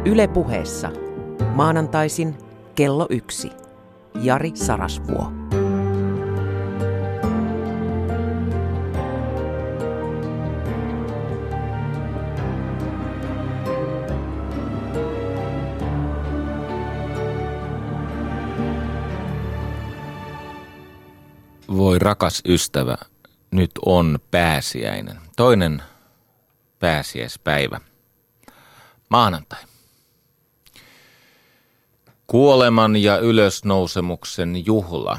Yle Puheessa. Maanantaisin kello 1. Jari Sarasvuo. Voi rakas ystävä, nyt on pääsiäinen. Toinen pääsiäispäivä. Maanantai. Kuoleman ja ylösnousemuksen juhla.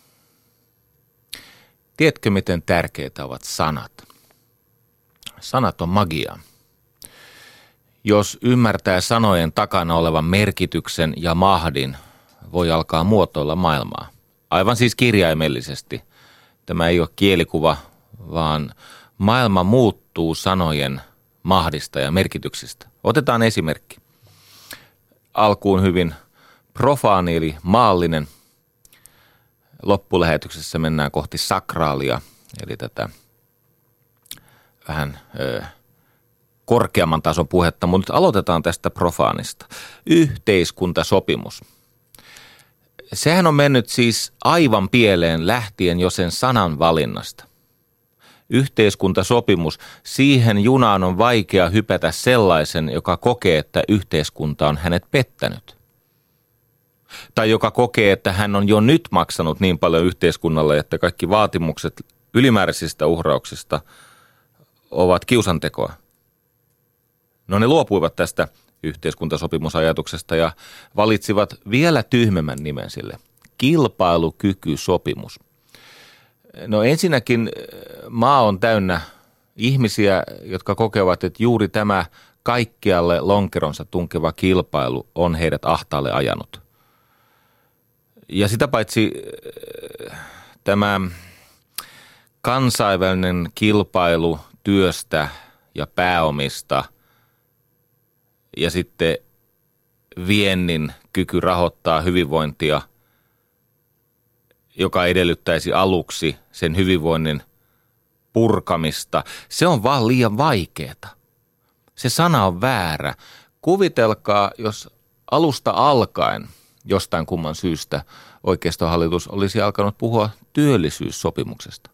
Tiedätkö, miten tärkeitä ovat sanat? Sanat on magiaa. Jos ymmärtää sanojen takana olevan merkityksen ja mahdin, voi alkaa muotoilla maailmaa. Aivan siis kirjaimellisesti. Tämä ei ole kielikuva, vaan maailma muuttuu sanojen mahdista ja merkityksistä. Otetaan esimerkki. Alkuun hyvin profaani eli maallinen. Loppulähetyksessä mennään kohti sakraalia, eli tätä vähän korkeamman tason puhetta. Mutta nyt aloitetaan tästä profaanista. Yhteiskuntasopimus. Sehän on mennyt siis aivan pieleen lähtien jo sen sanan valinnasta. Yhteiskuntasopimus, siihen junaan on vaikea hypätä sellaisen, joka kokee, että yhteiskunta on hänet pettänyt. Tai joka kokee, että hän on jo nyt maksanut niin paljon yhteiskunnalle, että kaikki vaatimukset ylimääräisistä uhrauksista ovat kiusantekoa. No ne luopuivat tästä yhteiskuntasopimusajatuksesta ja valitsivat vielä tyhmemmän nimen sille. Kilpailukykysopimus. No ensinnäkin maa on täynnä ihmisiä, jotka kokevat, että juuri tämä kaikkialle lonkeronsa tunkeva kilpailu on heidät ahtaalle ajanut. Ja sitä paitsi tämä kansainvälinen kilpailu työstä ja pääomista ja sitten viennin kyky rahoittaa hyvinvointia, joka edellyttäisi aluksi sen hyvinvoinnin purkamista. Se on vaan liian vaikeaa. Se sana on väärä. Kuvitelkaa, jos alusta alkaen jostain kumman syystä oikeistohallitus olisi alkanut puhua työllisyyssopimuksesta.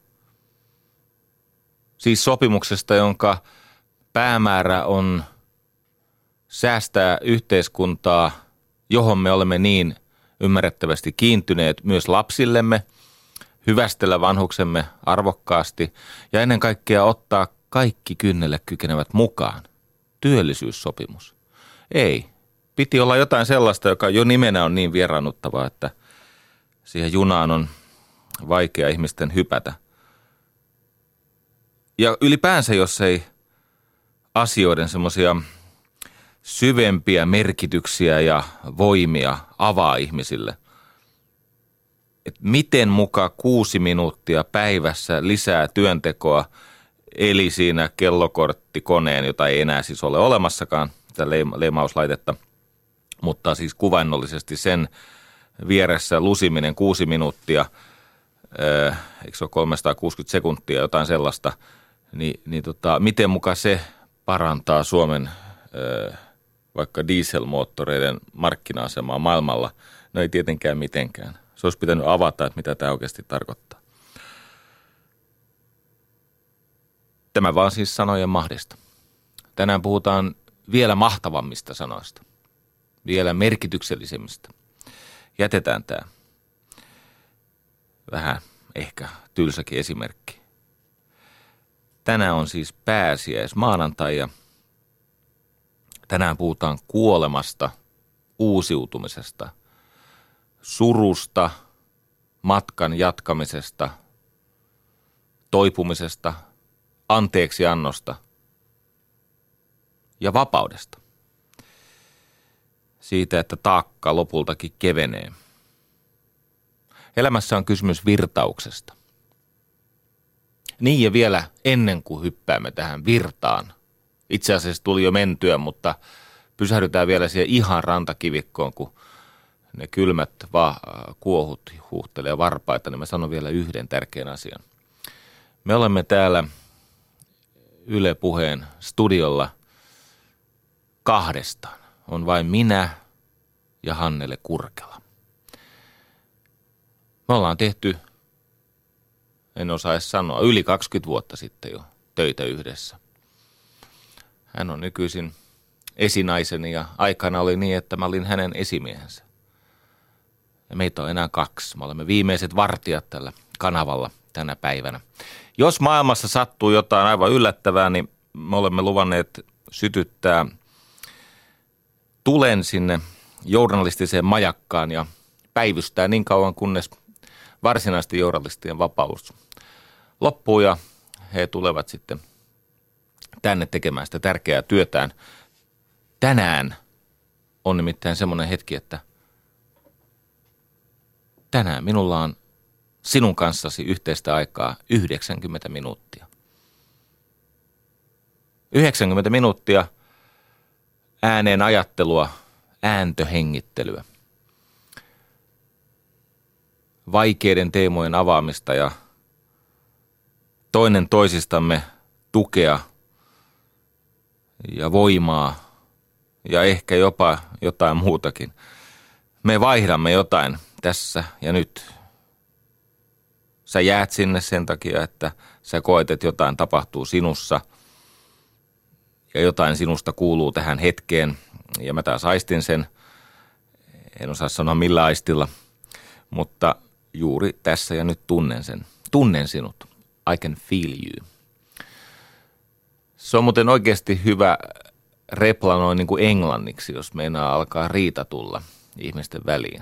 Siis sopimuksesta, jonka päämäärä on säästää yhteiskuntaa, johon me olemme niin ymmärrettävästi kiintyneet myös lapsillemme, hyvästellä vanhuksemme arvokkaasti ja ennen kaikkea ottaa kaikki kynnelle kykenevät mukaan. Työllisyyssopimus. Ei. Piti olla jotain sellaista, joka jo nimenä on niin vieraannuttavaa, että siihen junaan on vaikea ihmisten hypätä. Ja ylipäänsä, jos ei asioiden semmoisia syvempiä merkityksiä ja voimia avaa ihmisille. Et miten muka 6 minuuttia päivässä lisää työntekoa, eli siinä kellokorttikoneen, jota ei enää siis ole olemassakaan, tätä leimauslaitetta, mutta siis kuvainnollisesti sen vieressä lusiminen 6 minuuttia, eikö se ole 360 sekuntia, jotain sellaista, miten muka se parantaa Suomen vaikka dieselmoottoreiden markkina-asemaa maailmalla? No ei tietenkään mitenkään. Se olisi pitänyt avata, että mitä tämä oikeasti tarkoittaa. Tämä vaan siis sanojen mahdista. Tänään puhutaan vielä mahtavammista sanoista. Vielä merkityksellisemmistä. Jätetään tämä. Vähän ehkä tylsäkin esimerkki. Tänään on siis pääsiäismaanantai ja tänään puhutaan kuolemasta, uusiutumisesta, surusta, matkan jatkamisesta, toipumisesta, anteeksiannosta ja vapaudesta. Siitä, että taakka lopultakin kevenee. Elämässä on kysymys virtauksesta. Niin ja vielä ennen kuin hyppäämme tähän virtaan. Itse asiassa tuli jo mentyä, mutta pysähdytään vielä siihen ihan rantakivikkoon, kun ne kylmät kuohut huuhtelee varpaita, niin mä sanon vielä yhden tärkeän asian. Me olemme täällä Yle Puheen studiolla kahdestaan. on vain minä ja Hannele Kurkela. Me ollaan tehty, en osaa edes sanoa, yli 20 vuotta sitten jo töitä yhdessä. Hän on nykyisin esinaiseni ja aikana oli niin, että mä olin hänen esimiehensä. Ja meitä on enää 2. Me olemme viimeiset vartijat tällä kanavalla tänä päivänä. Jos maailmassa sattuu jotain aivan yllättävää, niin me olemme luvanneet sytyttää tulen sinne journalistiseen majakkaan ja päivystää niin kauan, kunnes varsinaisesti journalistien vapaus loppuu ja he tulevat sitten tänne tekemään sitä tärkeää työtään. Tänään on nimittäin semmoinen hetki, että tänään minulla on sinun kanssasi yhteistä aikaa 90 minuuttia. 90 minuuttia ääneen ajattelua, ääntöhengittelyä. Vaikeiden teemojen avaamista ja toinen toisistamme tukea ja voimaa ja ehkä jopa jotain muutakin. Me vaihdamme jotain tässä ja nyt. Sä jäät sinne sen takia, että sä koet, että jotain tapahtuu sinussa ja jotain sinusta kuuluu tähän hetkeen. Ja mä taas aistin sen, en osaa sanoa millä aistilla, mutta juuri tässä ja nyt tunnen sen. Tunnen sinut. I can feel you. Se on muuten oikeasti hyvä repla noin niin kuin englanniksi, jos meinaa alkaa riita tulla ihmisten väliin.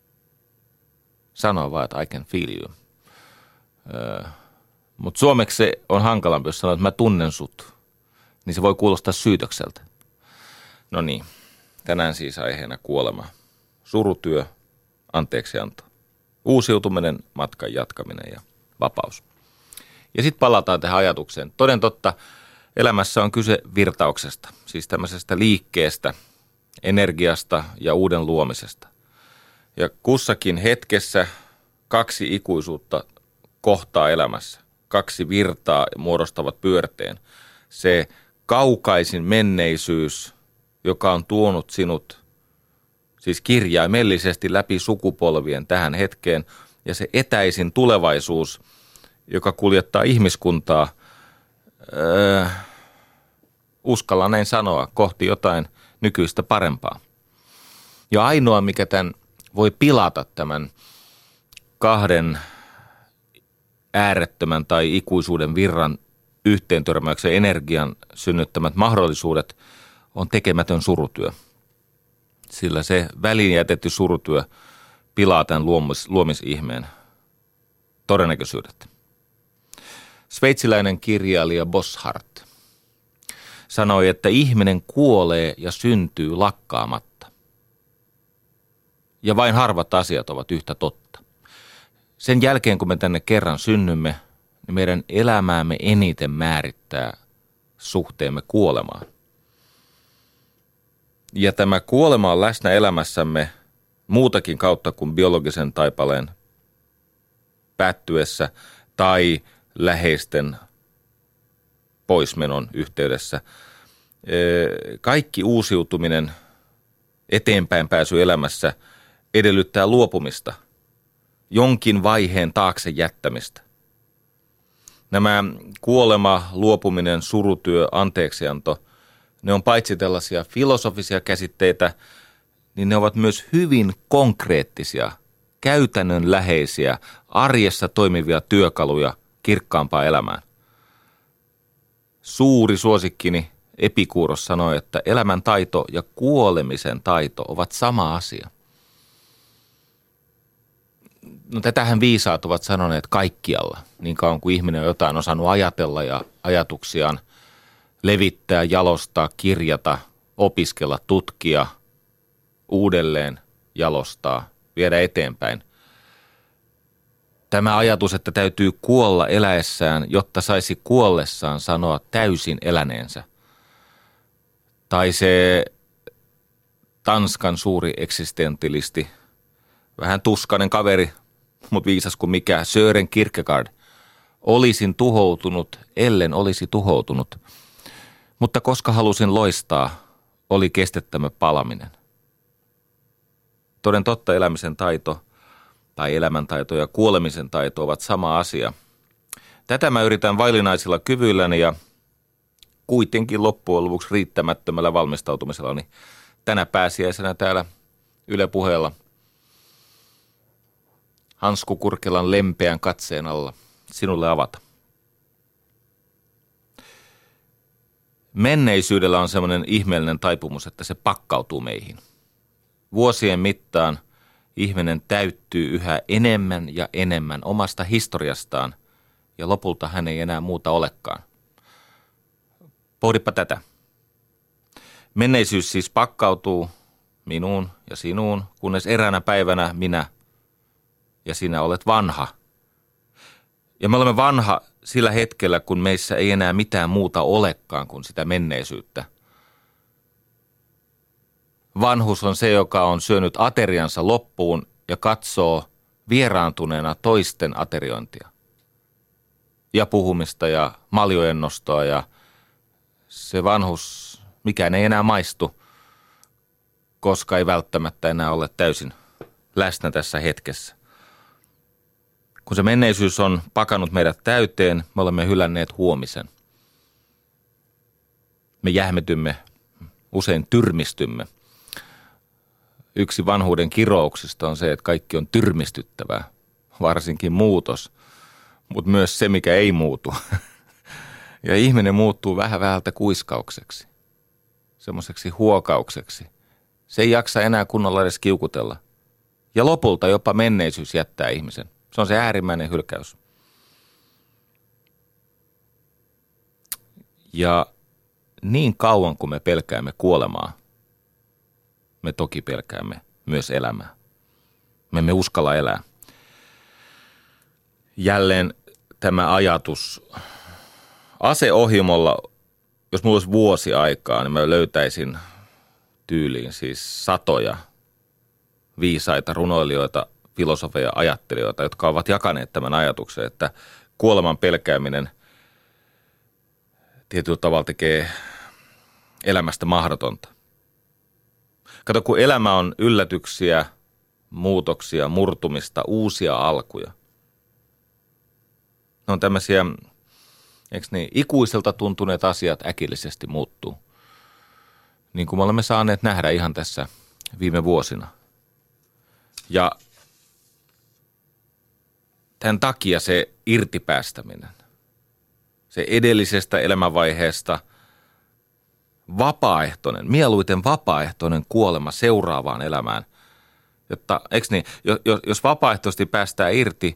Sano vaan, että I can feel you. Mutta suomeksi se on hankalampi, jos sanoo, että mä tunnen sut. Niin se voi kuulostaa syytökseltä. No niin, tänään siis aiheena kuolema, surutyö, anteeksianto, uusiutuminen, matkan jatkaminen ja vapaus. Ja sitten palataan tähän ajatukseen. Toden totta, elämässä on kyse virtauksesta, siis tämmöisestä liikkeestä, energiasta ja uuden luomisesta. Ja kussakin hetkessä 2 ikuisuutta kohtaa elämässä. 2 virtaa muodostavat pyörteen. Se kaukaisin menneisyys, joka on tuonut sinut siis kirjaimellisesti läpi sukupolvien tähän hetkeen, ja se etäisin tulevaisuus, joka kuljettaa ihmiskuntaa, uskalla näin sanoa, kohti jotain nykyistä parempaa. Ja ainoa, mikä tämän voi pilata tämän 2 äärettömän tai ikuisuuden virran yhteentörmäyksen energian synnyttämät mahdollisuudet on tekemätön surutyö. Sillä se väliin jätetty surutyö pilaa tämän luomisihmeen todennäköisyydet. Sveitsiläinen kirjailija Bosshardt sanoi, että ihminen kuolee ja syntyy lakkaamatta. Ja vain harvat asiat ovat yhtä totta. Sen jälkeen, kun me tänne kerran synnymme, niin meidän elämäämme eniten määrittää suhteemme kuolemaan. Ja tämä kuolema on läsnä elämässämme muutakin kautta kuin biologisen taipaleen päättyessä tai läheisten poismenon yhteydessä. Kaikki uusiutuminen, eteenpäin pääsy elämässä edellyttää luopumista, jonkin vaiheen taakse jättämistä. Nämä kuolema, luopuminen, surutyö, anteeksianto, ne on paitsi tällaisia filosofisia käsitteitä, niin ne ovat myös hyvin konkreettisia, käytännönläheisiä, arjessa toimivia työkaluja kirkkaampaan elämään. Suuri suosikkini Epikuuros sanoi, että elämän taito ja kuolemisen taito ovat sama asia. No tätähän viisaat ovat sanoneet kaikkialla, niin kauan kuin ihminen on jotain osannut ajatella ja ajatuksiaan levittää, jalostaa, kirjata, opiskella, tutkia, uudelleen jalostaa, viedä eteenpäin. Tämä ajatus, että täytyy kuolla eläessään, jotta saisi kuollessaan sanoa täysin eläneensä. Tai se Tanskan suuri eksistentialisti, vähän tuskainen kaveri, mutta viisas kuin mikä, Søren Kierkegaard. Olisin tuhoutunut, ellen olisi tuhoutunut. Mutta koska halusin loistaa, oli kestettämme palaminen. Toden totta elämisen taito tai elämäntaito ja kuolemisen taito ovat sama asia. Tätä mä yritän vaillinaisilla kyvyilläni ja kuitenkin loppujen lopuksi riittämättömällä valmistautumisellani tänä pääsiäisenä täällä Yle Puheella Hansku Kurkelan lempeän katseen alla sinulle avata. Menneisyydellä on semmoinen ihmeellinen taipumus, että se pakkautuu meihin. Vuosien mittaan ihminen täyttyy yhä enemmän ja enemmän omasta historiastaan ja lopulta hän ei enää muuta olekaan. Pohdipa tätä. Menneisyys siis pakkautuu minuun ja sinuun, kunnes eräänä päivänä minä ja sinä olet vanha. Ja me olemme vanha sillä hetkellä, kun meissä ei enää mitään muuta olekaan kuin sitä menneisyyttä. Vanhus on se, joka on syönyt ateriansa loppuun ja katsoo vieraantuneena toisten ateriointia. Ja puhumista ja maljojen nostoa ja se vanhus, mikään ei enää maistu, koska ei välttämättä enää ole täysin läsnä tässä hetkessä. Kun se menneisyys on pakannut meidät täyteen, me olemme hylänneet huomisen. Me jähmetymme, usein tyrmistymme. Yksi vanhuuden kirouksista on se, että kaikki on tyrmistyttävää, varsinkin muutos, mutta myös se, mikä ei muutu. Ja ihminen muuttuu vähän vähältä kuiskaukseksi, semmoiseksi huokaukseksi. Se ei jaksa enää kunnolla edes kiukutella. Ja lopulta jopa menneisyys jättää ihmisen. Se on se äärimmäinen hylkäys. Ja niin kauan kuin me pelkäämme kuolemaa, me toki pelkäämme myös elämää. Me emme uskalla elää. Jälleen tämä ajatus. Aseohjelmolla, jos minulla olisi vuosi aikaa, niin mä löytäisin tyyliin siis satoja viisaita runoilijoita, filosofeja, ajattelijoita, jotka ovat jakaneet tämän ajatuksen, että kuoleman pelkääminen tietyllä tavalla tekee elämästä mahdotonta. Kato, kun elämä on yllätyksiä, muutoksia, murtumista, uusia alkuja. Ne on tämmöisiä, eikö niin, ikuiselta tuntuneet asiat äkillisesti muuttuu. Niin kuin me olemme saaneet nähdä ihan tässä viime vuosina. Ja tämän takia se irtipäästäminen, se edellisestä elämänvaiheesta vapaaehtoinen, mieluiten vapaaehtoinen kuolema seuraavaan elämään. Jotta, eikö niin, jos vapaaehtoisesti päästään irti,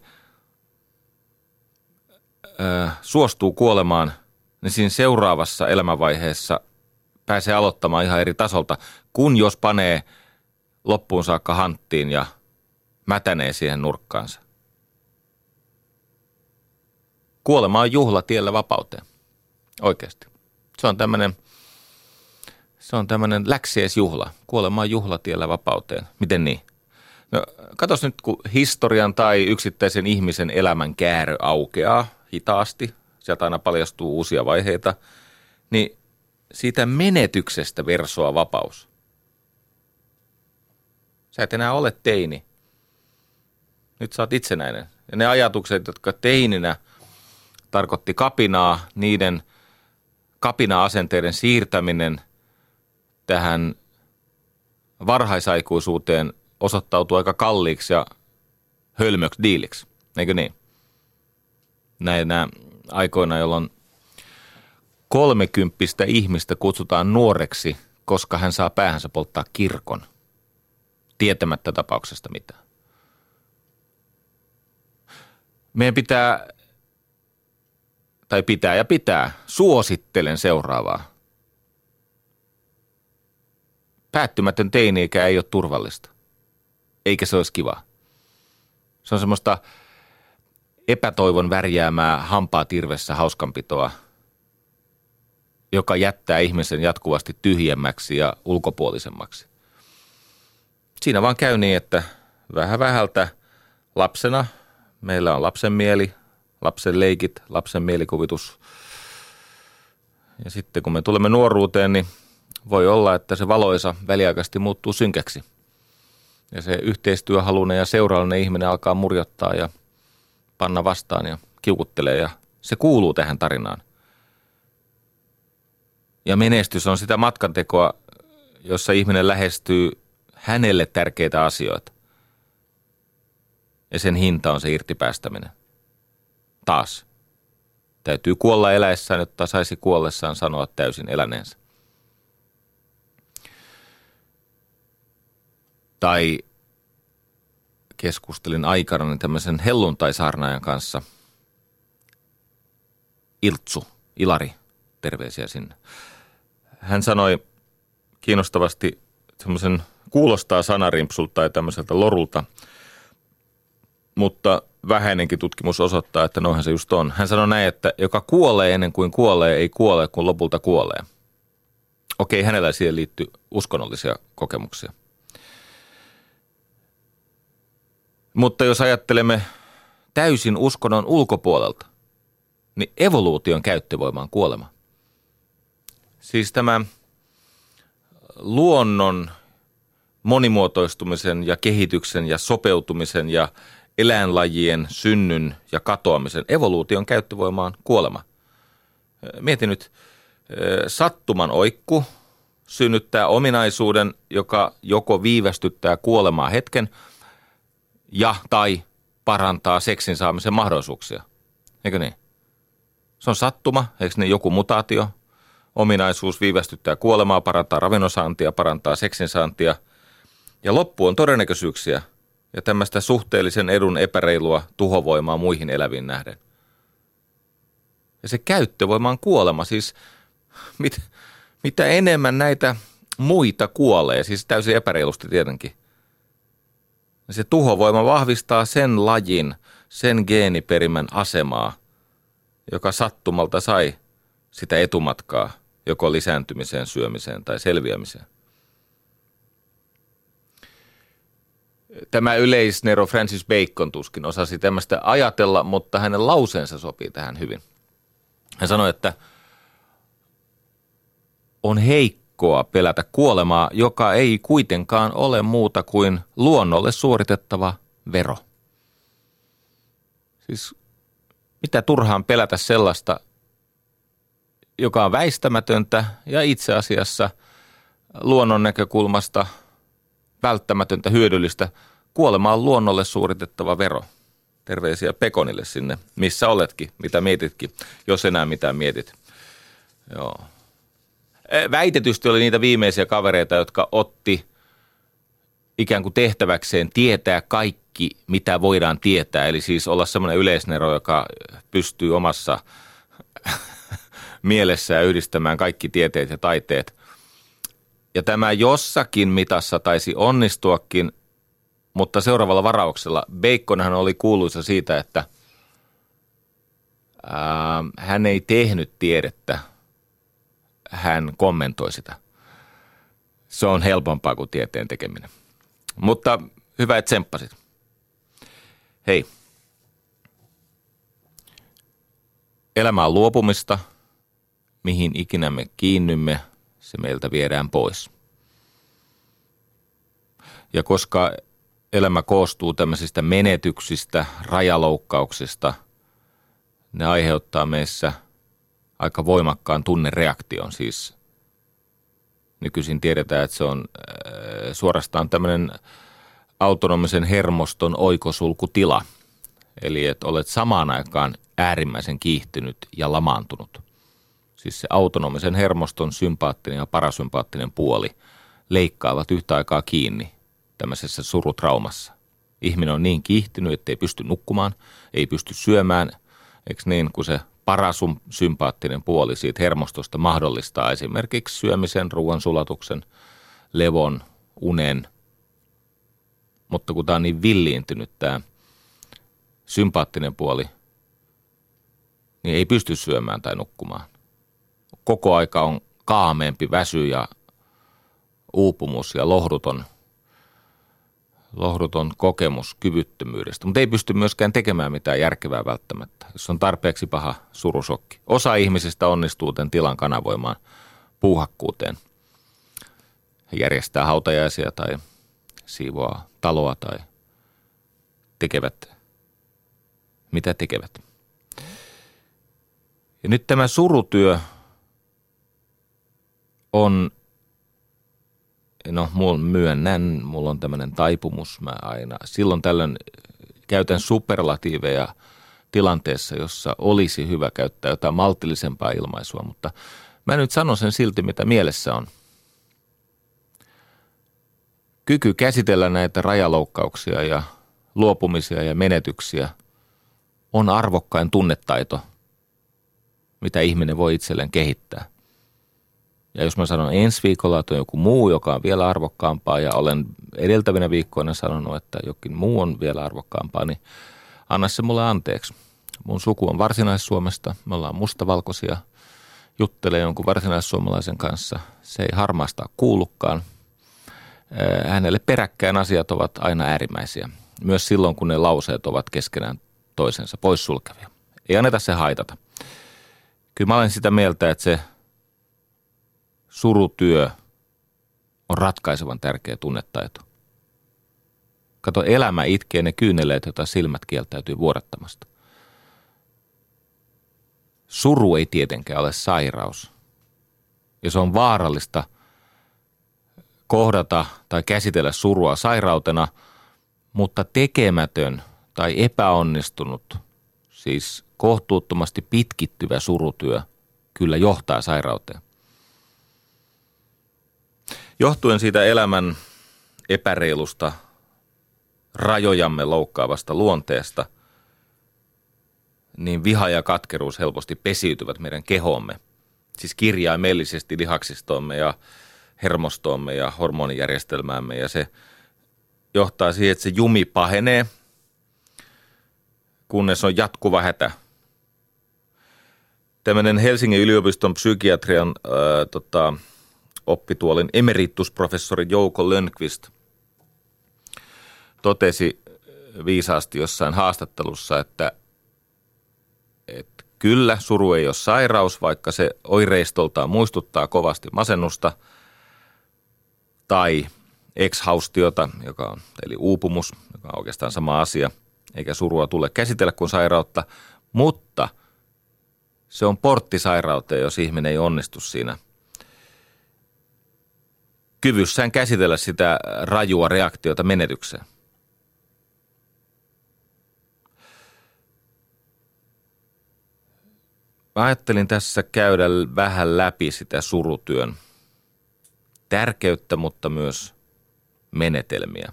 suostuu kuolemaan, niin siinä seuraavassa elämänvaiheessa pääsee aloittamaan ihan eri tasolta, kun jos panee loppuun saakka hanttiin ja mätänee siihen nurkkaansa. Kuolema on juhla tiellä vapauteen. Oikeasti. Se on tämmöinen läksiäisjuhla. Kuolema on juhla tiellä vapauteen. Miten niin? No, katos nyt, kun historian tai yksittäisen ihmisen elämän käärö aukeaa hitaasti, sieltä aina paljastuu uusia vaiheita, niin siitä menetyksestä versoa vapaus. Sä et enää ole teini. Nyt sä oot itsenäinen. Ja ne ajatukset, jotka teininä tarkoitti kapinaa, niiden kapina-asenteiden siirtäminen tähän varhaisaikuisuuteen osoittautuu aika kalliiksi ja hölmöksi diiliksi. Eikö niin? Näinä aikoina, jolloin 30 ihmistä kutsutaan nuoreksi, koska hän saa päähänsä polttaa kirkon, tietämättä tapauksesta mitään. Meidän pitää, suosittelen seuraavaa. Päättymätön teini-ikä ei ole turvallista, eikä se olisi kiva. Se on semmoista epätoivon värjäämää hampaat irvessä hauskanpitoa, joka jättää ihmisen jatkuvasti tyhjemmäksi ja ulkopuolisemmaksi. Siinä vaan käy niin, että vähän vähältä lapsena meillä on lapsen mieli, lapsen leikit, lapsen mielikuvitus. Ja sitten kun me tulemme nuoruuteen, niin voi olla, että se valoisa väliaikaisesti muuttuu synkäksi. Ja se yhteistyöhaluinen ja seurallinen ihminen alkaa murjottaa ja panna vastaan ja kiukuttelee ja se kuuluu tähän tarinaan. Ja menestys on sitä matkantekoa, jossa ihminen lähestyy hänelle tärkeitä asioita. Ja sen hinta on se irtipäästäminen. Taas. Täytyy kuolla eläessään, jotta saisi kuollessaan sanoa täysin eläneensä. Tai keskustelin aikanani tämmöisen helluntaisaarnaajan kanssa. Ilari, terveisiä sinne. Hän sanoi kiinnostavasti semmoisen, kuulostaa sanarimpsulta tai tämmöiseltä lorulta, mutta vähäinenkin tutkimus osoittaa, että noinhan se just on. Hän sanoi näin, että joka kuolee ennen kuin kuolee, ei kuole, kun lopulta kuolee. Okei, hänellä siihen liittyy uskonnollisia kokemuksia. Mutta jos ajattelemme täysin uskonnon ulkopuolelta, niin evoluution käyttövoima on kuolema. Siis tämä luonnon monimuotoistumisen ja kehityksen ja sopeutumisen ja eläinlajien synnyn ja katoamisen evoluution käyttövoima on kuolema. Mieti nyt, sattuman oikku synnyttää ominaisuuden, joka joko viivästyttää kuolemaa hetken ja tai parantaa seksin saamisen mahdollisuuksia. Eikö niin? Se on sattuma, eikö niin joku mutaatio? Ominaisuus viivästyttää kuolemaa, parantaa ravinnonsaantia, parantaa seksin saantia. Ja loppu on todennäköisyyksiä ja tämmöistä suhteellisen edun epäreilua tuhovoimaa muihin eläviin nähden. Ja se käyttövoima on kuolema, siis mitä enemmän näitä muita kuolee, siis täysin epäreilusti tietenkin. Ja se tuhovoima vahvistaa sen lajin, sen geeniperimän asemaa, joka sattumalta sai sitä etumatkaa joko lisääntymiseen, syömiseen tai selviämiseen. Tämä yleisnero Francis Bacon tuskin osasi tämmöistä ajatella, mutta hänen lauseensa sopii tähän hyvin. Hän sanoi, että on heikkoa pelätä kuolemaa, joka ei kuitenkaan ole muuta kuin luonnolle suoritettava vero. Siis mitä turhaan pelätä sellaista, joka on väistämätöntä ja itse asiassa luonnon näkökulmasta välttämätöntä, hyödyllistä. Kuolema on luonnolle suoritettava vero. Terveisiä Pekonille sinne, missä oletkin, mitä mietitkin, jos enää mitään mietit. Joo. Väitetysti oli niitä viimeisiä kavereita, jotka otti ikään kuin tehtäväkseen tietää kaikki, mitä voidaan tietää. Eli siis olla semmoinen yleisnero, joka pystyy omassa mielessään yhdistämään kaikki tieteet ja taiteet. Ja tämä jossakin mitassa taisi onnistuakin, mutta seuraavalla varauksella. Baconhan oli kuuluisa siitä, että hän ei tehnyt tiedettä, hän kommentoi sitä. Se on helpompaa kuin tieteen tekeminen. Mutta hyvä, että tsemppasit. Hei. Elämä on luopumista. Mihin ikinä me kiinnymme, se meiltä viedään pois. Ja koska elämä koostuu tämmöisistä menetyksistä, rajaloukkauksista, ne aiheuttaa meissä aika voimakkaan tunnereaktion. Siis nykyisin tiedetään, että se on suorastaan tämmöinen autonomisen hermoston oikosulkutila. Eli että olet samaan aikaan äärimmäisen kiihtynyt ja lamaantunut. Siis se autonomisen hermoston sympaattinen ja parasympaattinen puoli leikkaavat yhtä aikaa kiinni tämmöisessä surutraumassa. Ihminen on niin kiihtynyt, ettei pysty nukkumaan, ei pysty syömään, eikö niin, kun se parasympaattinen puoli siitä hermostosta mahdollistaa esimerkiksi syömisen, ruoan sulatuksen, levon, unen. Mutta kun tämä on niin villiintynyt tämä sympaattinen puoli, niin ei pysty syömään tai nukkumaan. Koko aika on kaameempi väsy ja uupumus ja lohduton kokemus kyvyttömyydestä, mutta ei pysty myöskään tekemään mitään järkevää välttämättä, jos on tarpeeksi paha surusokki. Osa ihmisistä onnistuu tämän tilan kanavoimaan puuhakkuuteen. He järjestää hautajaisia tai siivoaa taloa tai tekevät mitä tekevät. Ja nyt tämä surutyö on, myönnän, mulla on tämmöinen taipumus, mä aina silloin tällöin käytän superlatiiveja tilanteessa, jossa olisi hyvä käyttää jotain maltillisempaa ilmaisua, mutta mä nyt sanon sen silti, mitä mielessä on. Kyky käsitellä näitä rajaloukkauksia ja luopumisia ja menetyksiä on arvokkain tunnetaito, mitä ihminen voi itselleen kehittää. Ja jos mä sanon ensi viikolla, että on joku muu, joka on vielä arvokkaampaa, ja olen edeltävinä viikkoina sanonut, että jokin muu on vielä arvokkaampaa, niin anna se mulle anteeksi. Mun suku on Varsinais-Suomesta, me ollaan mustavalkoisia, juttelee jonkun varsinaissuomalaisen kanssa, se ei harmaasta kuulukaan. Hänelle peräkkäin asiat ovat aina äärimmäisiä, myös silloin kun ne lauseet ovat keskenään toisensa poissulkevia. Ei anneta se haitata. Kyllä mä olen sitä mieltä, että se surutyö on ratkaisevan tärkeä tunnetaito. Kato, elämä itkee ne kyyneleet, joita silmät kieltäytyy vuodattamasta. Suru ei tietenkään ole sairaus. Ja se on vaarallista kohdata tai käsitellä surua sairautena, mutta tekemätön tai epäonnistunut, siis kohtuuttomasti pitkittyvä surutyö kyllä johtaa sairauteen. Johtuen siitä elämän epäreilusta, rajojamme loukkaavasta luonteesta, niin viha ja katkeruus helposti pesiytyvät meidän kehoomme. Siis kirjaimellisesti lihaksistoomme ja hermostoomme ja hormonijärjestelmäämme, ja se johtaa siihen, että se jumi pahenee, kunnes on jatkuva hätä. Tämmöinen Helsingin yliopiston psykiatrian oppituolin emeritusprofessori Jouko Lönnqvist totesi viisaasti jossain haastattelussa, että kyllä suru ei ole sairaus, vaikka se oireistoltaan muistuttaa kovasti masennusta tai ekshaustiota, eli uupumus, joka on oikeastaan sama asia, eikä surua tule käsitellä kuin sairautta, mutta se on portti sairauteen, jos ihminen ei onnistu siinä kyvyssään käsitellä sitä rajua reaktiota menetykseen. Mä ajattelin tässä käydä vähän läpi sitä surutyön tärkeyttä, mutta myös menetelmiä.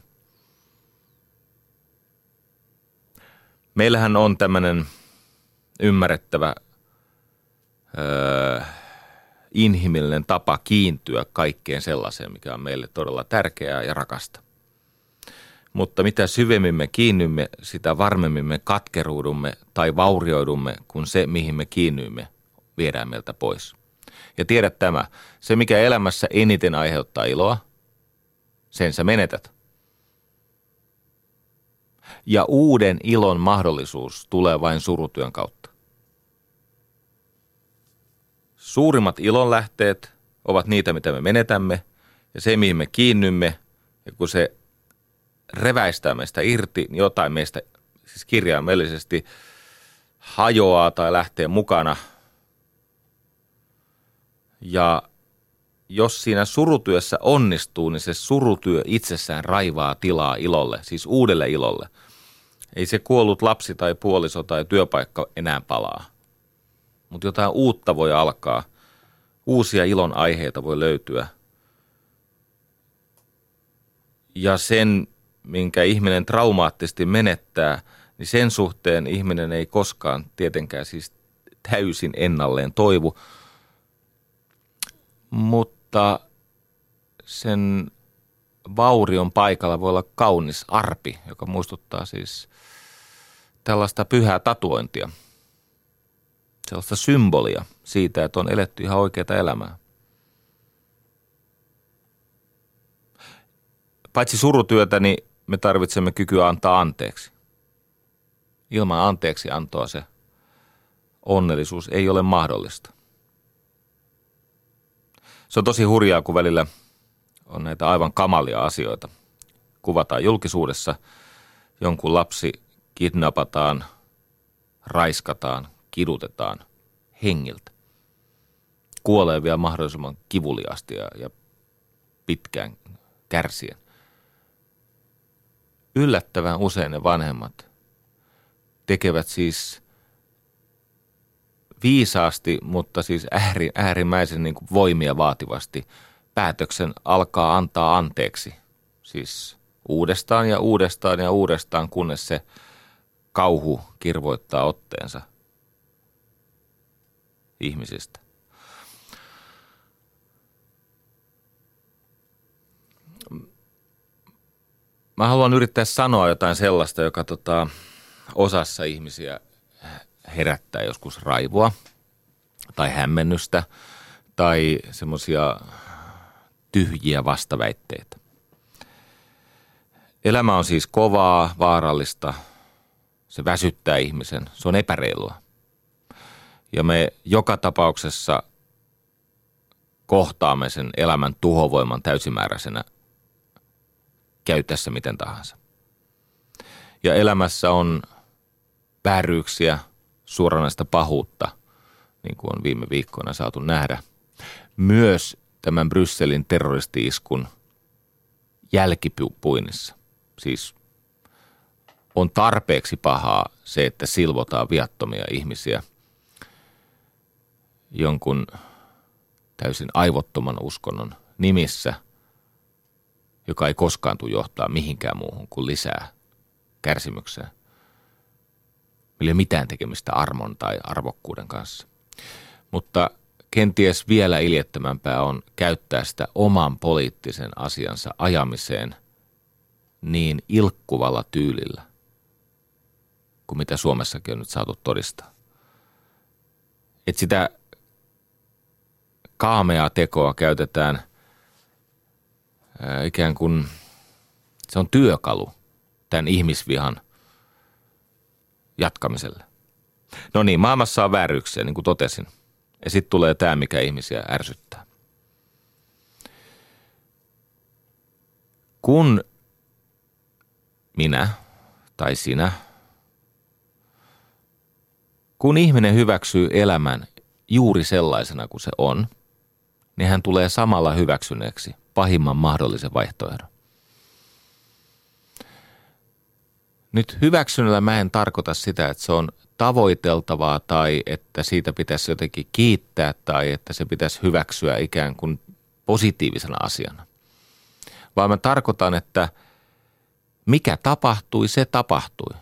Meillähän on tämmöinen ymmärrettävä inhimillinen tapa kiintyä kaikkeen sellaiseen, mikä on meille todella tärkeää ja rakasta. Mutta mitä syvemmin me kiinnymme, sitä varmemmin me katkeruudumme tai vaurioidumme, kun se, mihin me kiinnyymme, viedään meiltä pois. Ja tiedät tämä, se mikä elämässä eniten aiheuttaa iloa, sen sä menetät. Ja uuden ilon mahdollisuus tulee vain surutyön kautta. Suurimmat ilonlähteet ovat niitä, mitä me menetämme, ja se, mihin me kiinnymme, ja kun se reväistää meistä irti, niin jotain meistä siis kirjaimellisesti hajoaa tai lähtee mukana. Ja jos siinä surutyössä onnistuu, niin se surutyö itsessään raivaa tilaa ilolle, siis uudelle ilolle. Ei se kuollut lapsi tai puoliso tai työpaikka enää palaa, mutta jotain uutta voi alkaa. Uusia ilon aiheita voi löytyä. Ja sen, minkä ihminen traumaattisesti menettää, niin sen suhteen ihminen ei koskaan tietenkään siis täysin ennalleen toivu, mutta sen vaurion paikalla voi olla kaunis arpi, joka muistuttaa siis tällaista pyhää tatuointia, sellaista symbolia siitä, että on eletty ihan oikeaa elämää. Paitsi surutyötä, niin me tarvitsemme kykyä antaa anteeksi. Ilman anteeksi antoa se onnellisuus ei ole mahdollista. Se on tosi hurjaa, kun välillä on näitä aivan kamalia asioita. Kuvataan julkisuudessa, jonkun lapsi kidnapataan, raiskataan, kidutetaan hengiltä. Kuolee vielä mahdollisimman kivuliaasti ja pitkään kärsien. Yllättävän usein ne vanhemmat tekevät siis viisaasti, mutta siis äärimmäisen niin kuin voimia vaativasti päätöksen alkaa antaa anteeksi. Siis uudestaan ja uudestaan ja uudestaan, kunnes se kauhu kirvoittaa otteensa ihmisistä. Mä haluan yrittää sanoa jotain sellaista, joka osassa ihmisiä herättää joskus raivoa tai hämmennystä tai semmoisia tyhjiä vastaväitteitä. Elämä on siis kovaa, vaarallista, se väsyttää ihmisen, se on epäreilua. Ja me joka tapauksessa kohtaamme sen elämän tuhovoiman täysimääräisenä, käy tässä miten tahansa. Ja elämässä on vääryyksiä, suoranaista pahuutta, niin kuin on viime viikkoina saatu nähdä. Myös tämän Brysselin terroristi-iskun jälkipuinnissa. Siis on tarpeeksi pahaa se, että silvotaan viattomia ihmisiä jonkun täysin aivottoman uskonnon nimissä, joka ei koskaan tule johtaa mihinkään muuhun kuin lisää kärsimykseen. Millä ei ole mitään tekemistä armon tai arvokkuuden kanssa. Mutta kenties vielä iljettömämpää on käyttää sitä oman poliittisen asiansa ajamiseen niin ilkkuvalla tyylillä, kuin mitä Suomessakin on nyt saatu todistaa. Että sitä kaameaa tekoa käytetään ikään kuin se on työkalu tämän ihmisvihan jatkamiselle. No niin, maailmassa on vääryyksiä, niin kuin totesin. Ja sitten tulee tämä, mikä ihmisiä ärsyttää. Kun minä tai sinä, kun ihminen hyväksyy elämän juuri sellaisena kuin se on, niin hän tulee samalla hyväksyneeksi pahimman mahdollisen vaihtoehdon. Nyt hyväksynnällä mä en tarkoita sitä, että se on tavoiteltavaa tai että siitä pitäisi jotenkin kiittää tai että se pitäisi hyväksyä ikään kuin positiivisena asiana. Vaan mä tarkoitan, että mikä tapahtui, se tapahtui.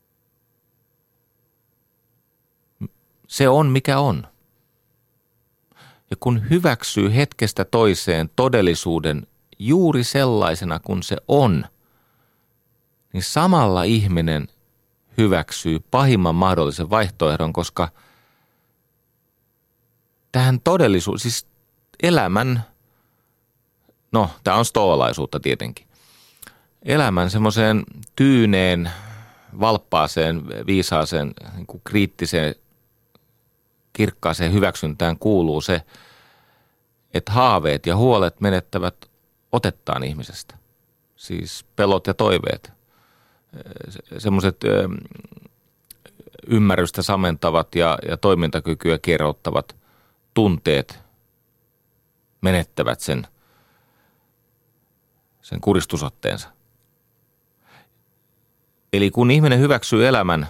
Se on mikä on. Ja kun hyväksyy hetkestä toiseen todellisuuden juuri sellaisena kuin se on, niin samalla ihminen hyväksyy pahimman mahdollisen vaihtoehdon, koska tähän todellisuus, siis elämän, no tämä on stoalaisuutta tietenkin, elämän semmoiseen tyyneen, valppaaseen, viisaaseen, niin kuin kriittiseen, kirkkaaseen hyväksyntään kuuluu se, että haaveet ja huolet menettävät otettaan ihmisestä. Siis pelot ja toiveet. Semmoiset ymmärrystä samentavat ja toimintakykyä kierouttavat tunteet menettävät sen kuristusotteensa. Eli kun ihminen hyväksyy elämän,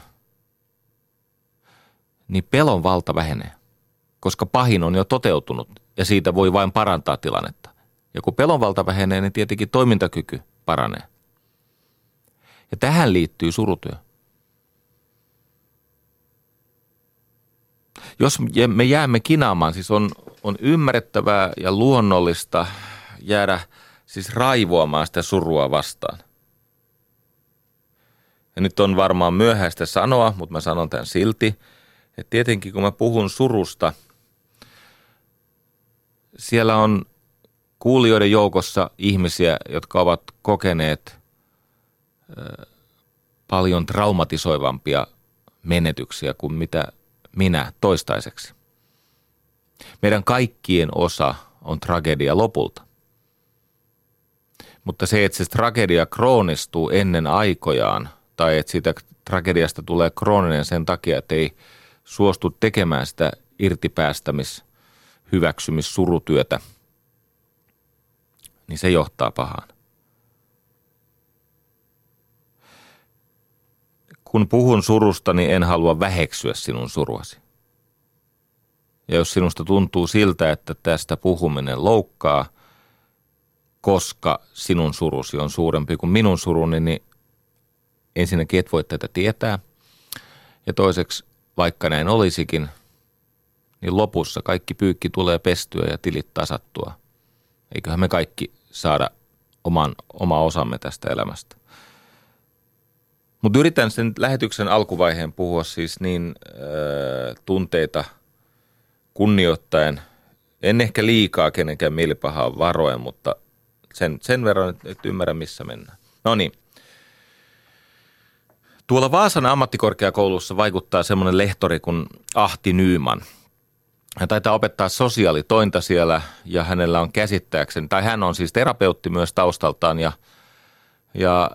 niin pelon valta vähenee, koska pahin on jo toteutunut ja siitä voi vain parantaa tilannetta. Ja kun pelon valta vähenee, niin tietenkin toimintakyky paranee. Ja tähän liittyy surutyö. Jos me jäämme kinaamaan, siis on ymmärrettävää ja luonnollista jäädä siis raivoamaan sitä surua vastaan. Ja nyt on varmaan myöhäistä sanoa, mutta mä sanon tämän silti, että tietenkin kun mä puhun surusta, siellä on kuulijoiden joukossa ihmisiä, jotka ovat kokeneet paljon traumatisoivampia menetyksiä kuin mitä minä toistaiseksi. Meidän kaikkien osa on tragedia lopulta. Mutta se, että se tragedia kroonistuu ennen aikojaan tai että siitä tragediasta tulee krooninen sen takia, että ei suostu tekemään sitä hyväksymis-surutyötä, niin se johtaa pahaan. Kun puhun surusta, niin en halua väheksyä sinun suruasi. Ja jos sinusta tuntuu siltä, että tästä puhuminen loukkaa, koska sinun surusi on suurempi kuin minun suruni, niin ensinnäkin et voi tätä tietää. Ja toiseksi, vaikka näin olisikin, niin lopussa kaikki pyykki tulee pestyä ja tilit tasattua. Eiköhän me kaikki saada oma osamme tästä elämästä. Mutta yritän sen lähetyksen alkuvaiheen puhua siis niin tunteita kunnioittaen. En ehkä liikaa kenenkään mielipahaa varoen, mutta sen verran, että ymmärrän missä mennään. No niin. Tuolla Vaasan ammattikorkeakoulussa vaikuttaa semmoinen lehtori kuin Ahti Nyman. Hän taitaa opettaa sosiaalitointa siellä ja hänellä on käsittääkseni, tai hän on siis terapeutti myös taustaltaan ja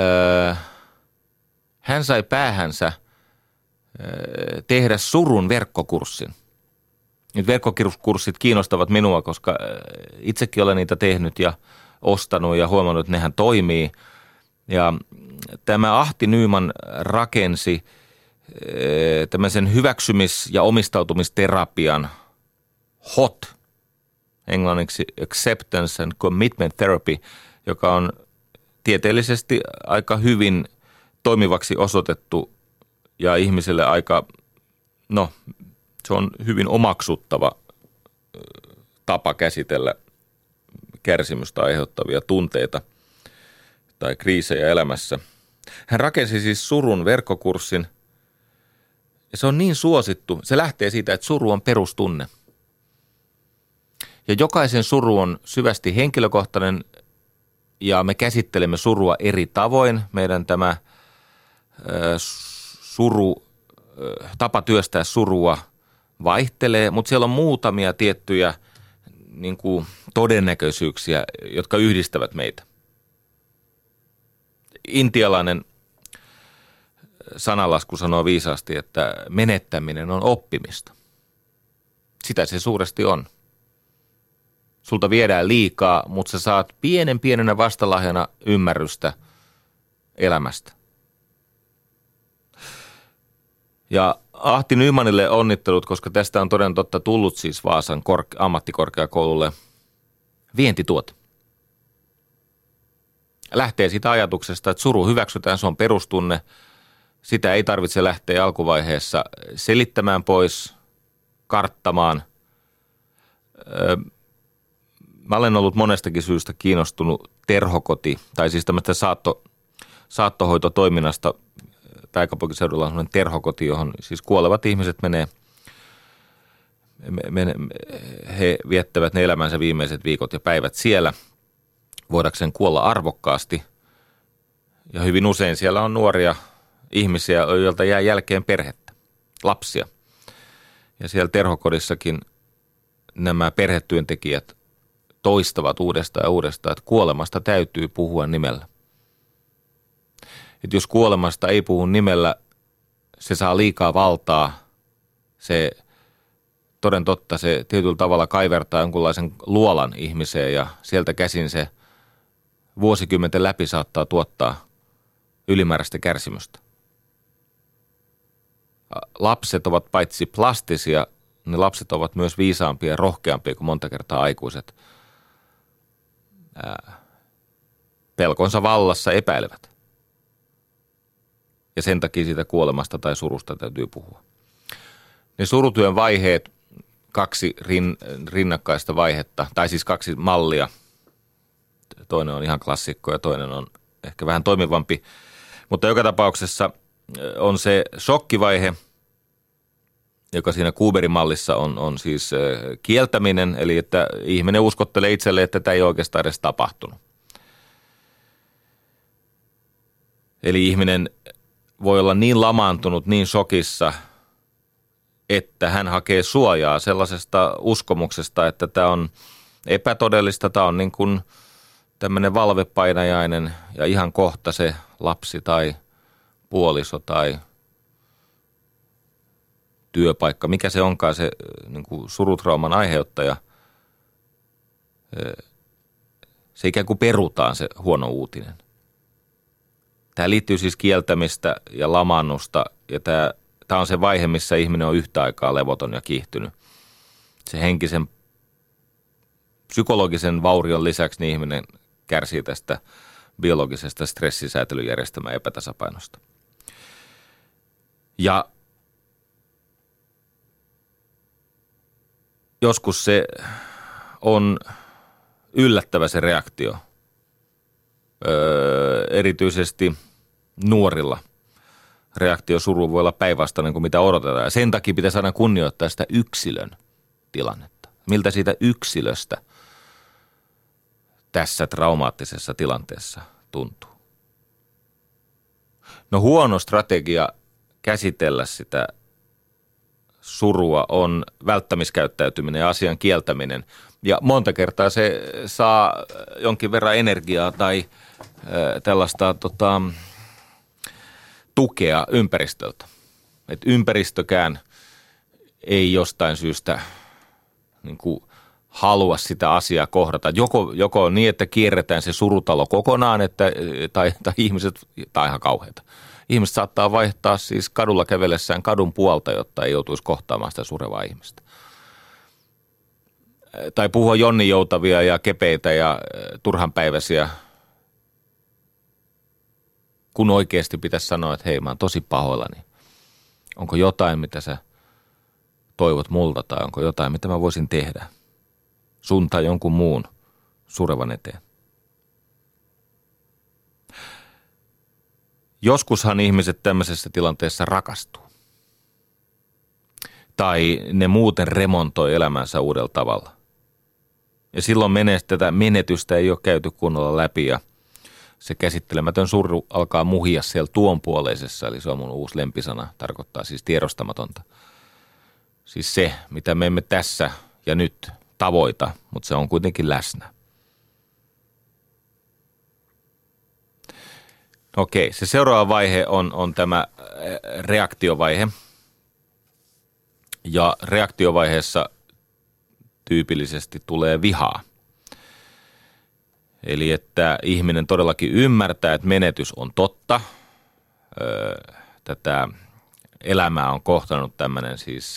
hän sai päähänsä tehdä surun verkkokurssin. Nyt verkkokurssit kiinnostavat minua, koska itsekin olen niitä tehnyt ja ostanut ja huomannut, että nehän toimii. Ja tämä Ahti Nyman rakensi tämmöisen hyväksymis- ja omistautumisterapian HOT, englanniksi Acceptance and Commitment Therapy, joka on tieteellisesti aika hyvin toimivaksi osoitettu ja ihmiselle aika, se on hyvin omaksuttava tapa käsitellä kärsimystä aiheuttavia tunteita tai kriisejä elämässä. Hän rakensi siis surun verkkokurssin ja se on niin suosittu. Se lähtee siitä, että suru on perustunne. Ja jokaisen suru on syvästi henkilökohtainen ja me käsittelemme surua eri tavoin. Meidän tämä tapa työstää surua vaihtelee, mutta siellä on muutamia tiettyjä niin kuin todennäköisyyksiä, jotka yhdistävät meitä. Intialainen sanalasku sanoo viisaasti, että menettäminen on oppimista. Sitä se suuresti on. Sulta viedään liikaa, mutta sä saat pienenä vastalahjana ymmärrystä elämästä. Ja Ahti Nymanille onnittelut, koska tästä on toden totta tullut siis Vaasan ammattikorkeakoululle vientituote. Lähtee siitä ajatuksesta, että suru hyväksytään, se on perustunne. Sitä ei tarvitse lähteä alkuvaiheessa selittämään pois, karttamaan. Mä olen ollut monestakin syystä kiinnostunut terhokoti, tai siis tämmöistä saattohoitotoiminnasta. Pääkaupunkiseudulla on sellainen terhokoti, johon siis kuolevat ihmiset he viettävät ne elämänsä viimeiset viikot ja päivät siellä, voidakseen kuolla arvokkaasti. Ja hyvin usein siellä on nuoria ihmisiä, joilta jää jälkeen perhettä, lapsia. Ja siellä terhokodissakin nämä perhetyöntekijät toistavat uudestaan ja uudestaan, että kuolemasta täytyy puhua nimellä. Että jos kuolemasta ei puhu nimellä, se saa liikaa valtaa, se toden totta se tietyllä tavalla kaivertaa jonkunlaisen luolan ihmiseen ja sieltä käsin se vuosikymmenten läpi saattaa tuottaa ylimääräistä kärsimystä. Lapset ovat paitsi plastisia, ne lapset ovat myös viisaampia ja rohkeampia kuin monta kertaa aikuiset. Pelkonsa vallassa epäilevät. Ja sen takia siitä kuolemasta tai surusta täytyy puhua. Ne surutyön vaiheet, kaksi rinnakkaista vaihetta, tai siis kaksi mallia. Toinen on ihan klassikko ja toinen on ehkä vähän toimivampi. Mutta joka tapauksessa on se shokkivaihe, joka siinä Kuberin mallissa on siis kieltäminen, eli että ihminen uskottelee itselleen, että tämä ei oikeastaan edes tapahtunut. Eli ihminen voi olla niin lamaantunut, niin shokissa, että hän hakee suojaa sellaisesta uskomuksesta, että tämä on epätodellista, tämä on niin kuin tämmöinen valvepainajainen ja ihan kohta se lapsi tai puoliso tai työpaikka, mikä se onkaan se niin kuin surutrauman aiheuttaja, se ikään kuin perutaan se huono uutinen. Tämä liittyy siis kieltämistä ja lamaannusta ja tämä on se vaihe, missä ihminen on yhtä aikaa levoton ja kiihtynyt. Se henkisen, psykologisen vaurion lisäksi niin ihminen kärsii tästä biologisesta stressisäätelyjärjestelmän epätasapainosta. Ja joskus se on yllättävä se reaktio, erityisesti nuorilla. Reaktio suruun voi olla päinvastainen kuin mitä odotetaan. Ja sen takia pitäisi aina kunnioittaa sitä yksilön tilannetta. Miltä siitä yksilöstä tässä traumaattisessa tilanteessa tuntuu. No huono strategia käsitellä sitä surua on välttämiskäyttäytyminen ja asian kieltäminen. Ja monta kertaa se saa jonkin verran energiaa tai tällaista tukea ympäristöltä. Et ympäristökään ei jostain syystä niin kuin halua sitä asiaa kohdata. Joko niin, että kierretään se surutalo kokonaan, tai ihmiset, tai ihan kauheata. Ihmiset saattaa vaihtaa siis kadulla kävellessään kadun puolta, jotta ei joutuisi kohtaamaan sitä surevaa ihmistä. Tai puhua jonninjoutavia ja kepeitä ja turhanpäiväisiä, kun oikeasti pitäisi sanoa, että hei, mä oon tosi pahoillani. Onko jotain, mitä sä toivot multa, tai onko jotain, mitä mä voisin tehdä sun tai jonkun muun surevan eteen? Joskushan ihmiset tämmöisessä tilanteessa rakastuu. Tai ne muuten remontoi elämänsä uudella tavalla. Ja silloin tätä menetystä ei ole käyty kunnolla läpi ja se käsittelemätön suru alkaa muhia siellä tuonpuoleisessa, eli se on mun uusi lempisana, tarkoittaa siis tiedostamatonta. Siis se, mitä me emme tässä ja nyt tavoita, mutta se on kuitenkin läsnä. Okei, se seuraava vaihe on tämä reaktiovaihe. Ja reaktiovaiheessa tyypillisesti tulee vihaa. Eli että ihminen todellakin ymmärtää, että menetys on totta. Tätä elämää on kohtannut tämmöinen siis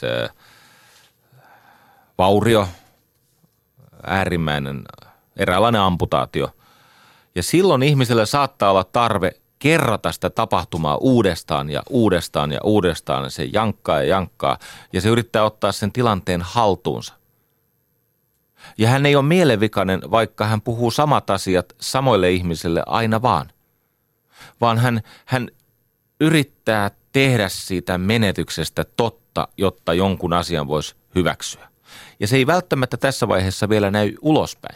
vaurio, äärimmäinen eräänlainen amputaatio. Ja silloin ihmisellä saattaa olla tarve kerrata sitä tapahtumaa uudestaan ja uudestaan ja uudestaan. Se jankkaa ja jankkaa ja se yrittää ottaa sen tilanteen haltuunsa. Ja hän ei ole mielenvikainen, vaikka hän puhuu samat asiat samoille ihmisille aina vaan hän yrittää tehdä siitä menetyksestä totta, jotta jonkun asian voisi hyväksyä. Ja se ei välttämättä tässä vaiheessa vielä näy ulospäin.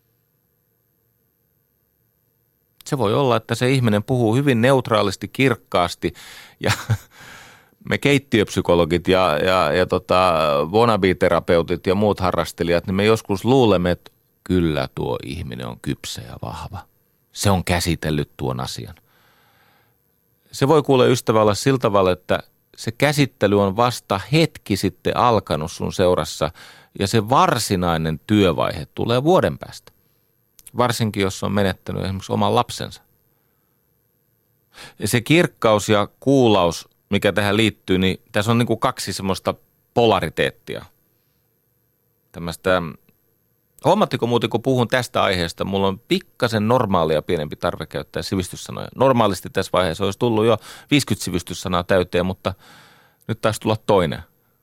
Se voi olla, että se ihminen puhuu hyvin neutraalisti, kirkkaasti ja me keittiöpsykologit ja wannabe-terapeutit ja muut harrastelijat, niin me joskus luulemme, että kyllä tuo ihminen on kypsä ja vahva. Se on käsitellyt tuon asian. Se voi kuulla ystävä olla sillä tavalla, että se käsittely on vasta hetki sitten alkanut sun seurassa ja se varsinainen työvaihe tulee vuoden päästä. Varsinkin, jos on menettänyt esimerkiksi oman lapsensa. Ja se kirkkaus ja kuulaus, mikä tähän liittyy, niin tässä on niin kuin kaksi semmoista polariteettia. Tämmöistä, huomaatteko muuten, kun puhun tästä aiheesta, mulla on pikkasen normaalia pienempi tarve käyttää sivistyssanoja. Normaalisti tässä vaiheessa olisi tullut jo 50 sivistyssanaa täyteen, mutta nyt taisi tulla toinen.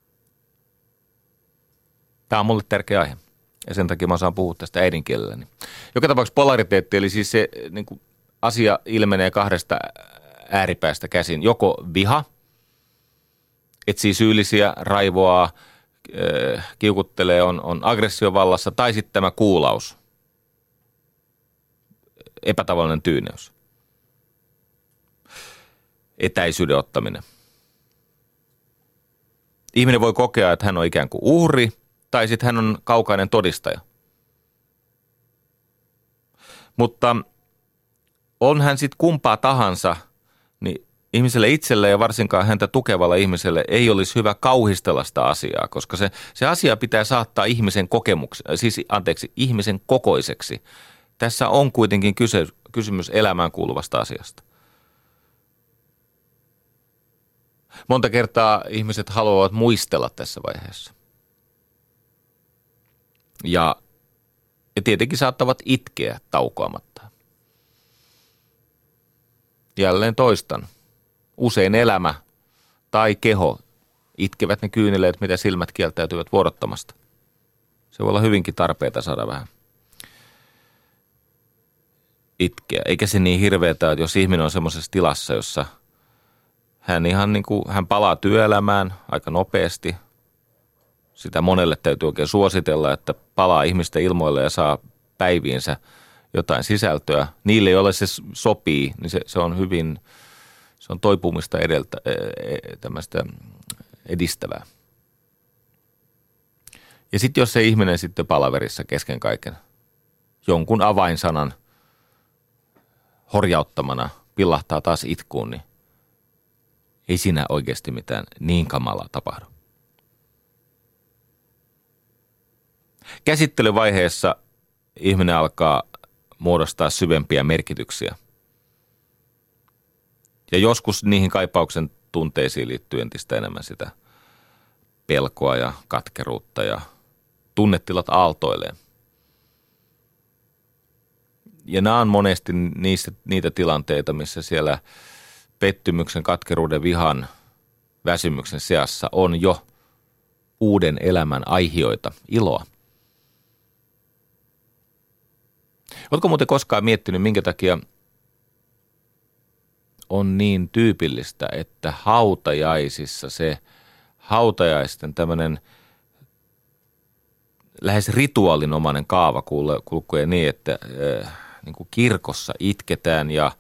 Tämä on mulle tärkeä aihe. Ja sen takia mä saan puhua tästä äidinkielelläni. Joka tapauksessa polariteetti, eli siis se niin kuin asia ilmenee kahdesta ääripäästä käsin. Joko viha, etsii syyllisiä, raivoaa, kiukuttelee, on aggressiovallassa, tai sitten tämä kuulaus, epätavallinen tyyneys, etäisyyden ottaminen. Ihminen voi kokea, että hän on ikään kuin uhri, tai sitten hän on kaukainen todistaja. Mutta on hän sitten kumpaa tahansa, niin ihmiselle itselle ja varsinkaan häntä tukevalle ihmiselle ei olisi hyvä kauhistella sitä asiaa, koska se asia pitää saattaa ihmisen ihmisen kokoiseksi. Tässä on kuitenkin kysymys elämään kuuluvasta asiasta. Monta kertaa ihmiset haluavat muistella tässä vaiheessa. Ja tietenkin saattavat itkeä taukoamatta. Jälleen toistan. Usein elämä tai keho itkevät ne kyyneleet, mitä silmät kieltäytyvät vuorottamasta. Se voi olla hyvinkin tarpeita saada vähän itkeä. Eikä se niin hirveetä, että jos ihminen on semmoisessa tilassa, jossa hän palaa työelämään aika nopeasti. Sitä monelle täytyy oikein suositella, että palaa ihmisten ilmoille ja saa päiviinsä jotain sisältöä. Niille, joille se sopii, niin se on hyvin, se on toipumista tämmöistä edistävää. Ja sitten jos se ihminen sitten palaverissa kesken kaiken jonkun avainsanan horjauttamana pillahtaa taas itkuun, niin ei siinä oikeasti mitään niin kamalaa tapahdu. Käsittelyvaiheessa ihminen alkaa muodostaa syvempiä merkityksiä. Ja joskus niihin kaipauksen tunteisiin liittyy entistä enemmän sitä pelkoa ja katkeruutta ja tunnetilat aaltoilee. Ja nämä on monesti niitä tilanteita, missä siellä pettymyksen, katkeruuden, vihan, väsymyksen seassa on jo uuden elämän aihioita, iloa. Oletko muuten koskaan miettinyt, minkä takia on niin tyypillistä, että hautajaisissa se hautajaisten tämmöinen lähes rituaalinomainen kaava kulkee niin, että niin kuin kirkossa itketään ja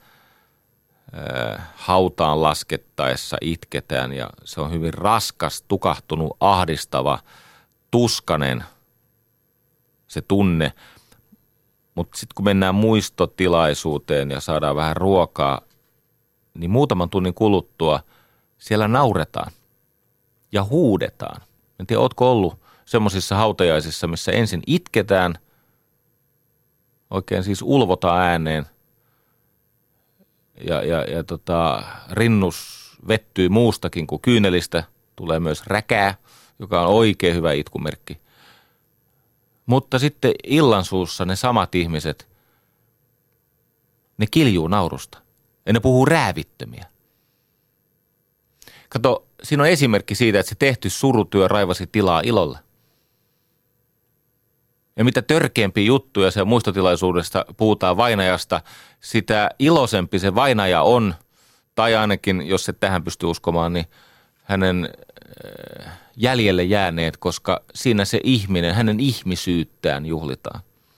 hautaan laskettaessa itketään ja se on hyvin raskas, tukahtunut, ahdistava, tuskanen se tunne. Mutta sitten kun mennään muistotilaisuuteen ja saadaan vähän ruokaa, niin muutaman tunnin kuluttua siellä nauretaan ja huudetaan. En tiedä, ootko ollut semmoisissa hautajaisissa, missä ensin itketään, oikein siis ulvotaan ääneen ja rinnus vettyy muustakin kuin kyynelistä. Tulee myös räkää, joka on oikein hyvä itkumerkki. Mutta sitten illansuussa ne samat ihmiset, ne kiljuu naurusta ja ne puhuu räävittömiä. Kato, siinä on esimerkki siitä, että se tehty surutyö raivasi tilaa ilolle. Ja mitä törkeämpiä juttuja se muistotilaisuudesta puhutaan vainajasta, sitä iloisempi se vainaja on, tai ainakin, jos et tähän pysty uskomaan, niin hänen jäljelle jääneet, koska siinä se ihminen, hänen ihmisyyttään juhlitaan.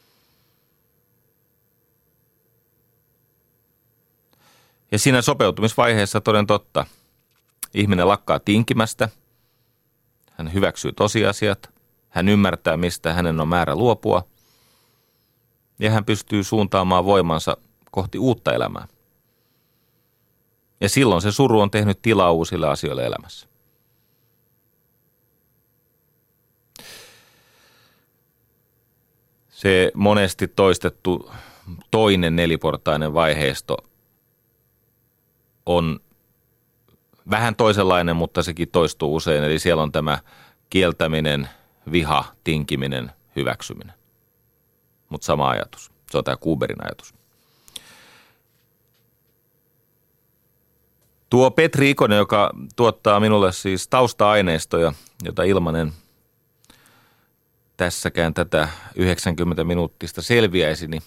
Ja siinä sopeutumisvaiheessa toden totta, ihminen lakkaa tinkimästä, hän hyväksyy tosiasiat, hän ymmärtää, mistä hänen on määrä luopua ja hän pystyy suuntaamaan voimansa kohti uutta elämää. Ja silloin se suru on tehnyt tilaa uusille asioille elämässä. Se monesti toistettu toinen neliportainen vaiheisto on vähän toisenlainen, mutta sekin toistuu usein. Eli siellä on tämä kieltäminen, viha, tinkiminen, hyväksyminen. Mutta sama ajatus. Se on tämä Kuberin ajatus. Tuo Petri Ikonen, joka tuottaa minulle siis tausta-aineistoja, jota ilmanen tässäkään tätä 90 minuuttista selviäisi, niin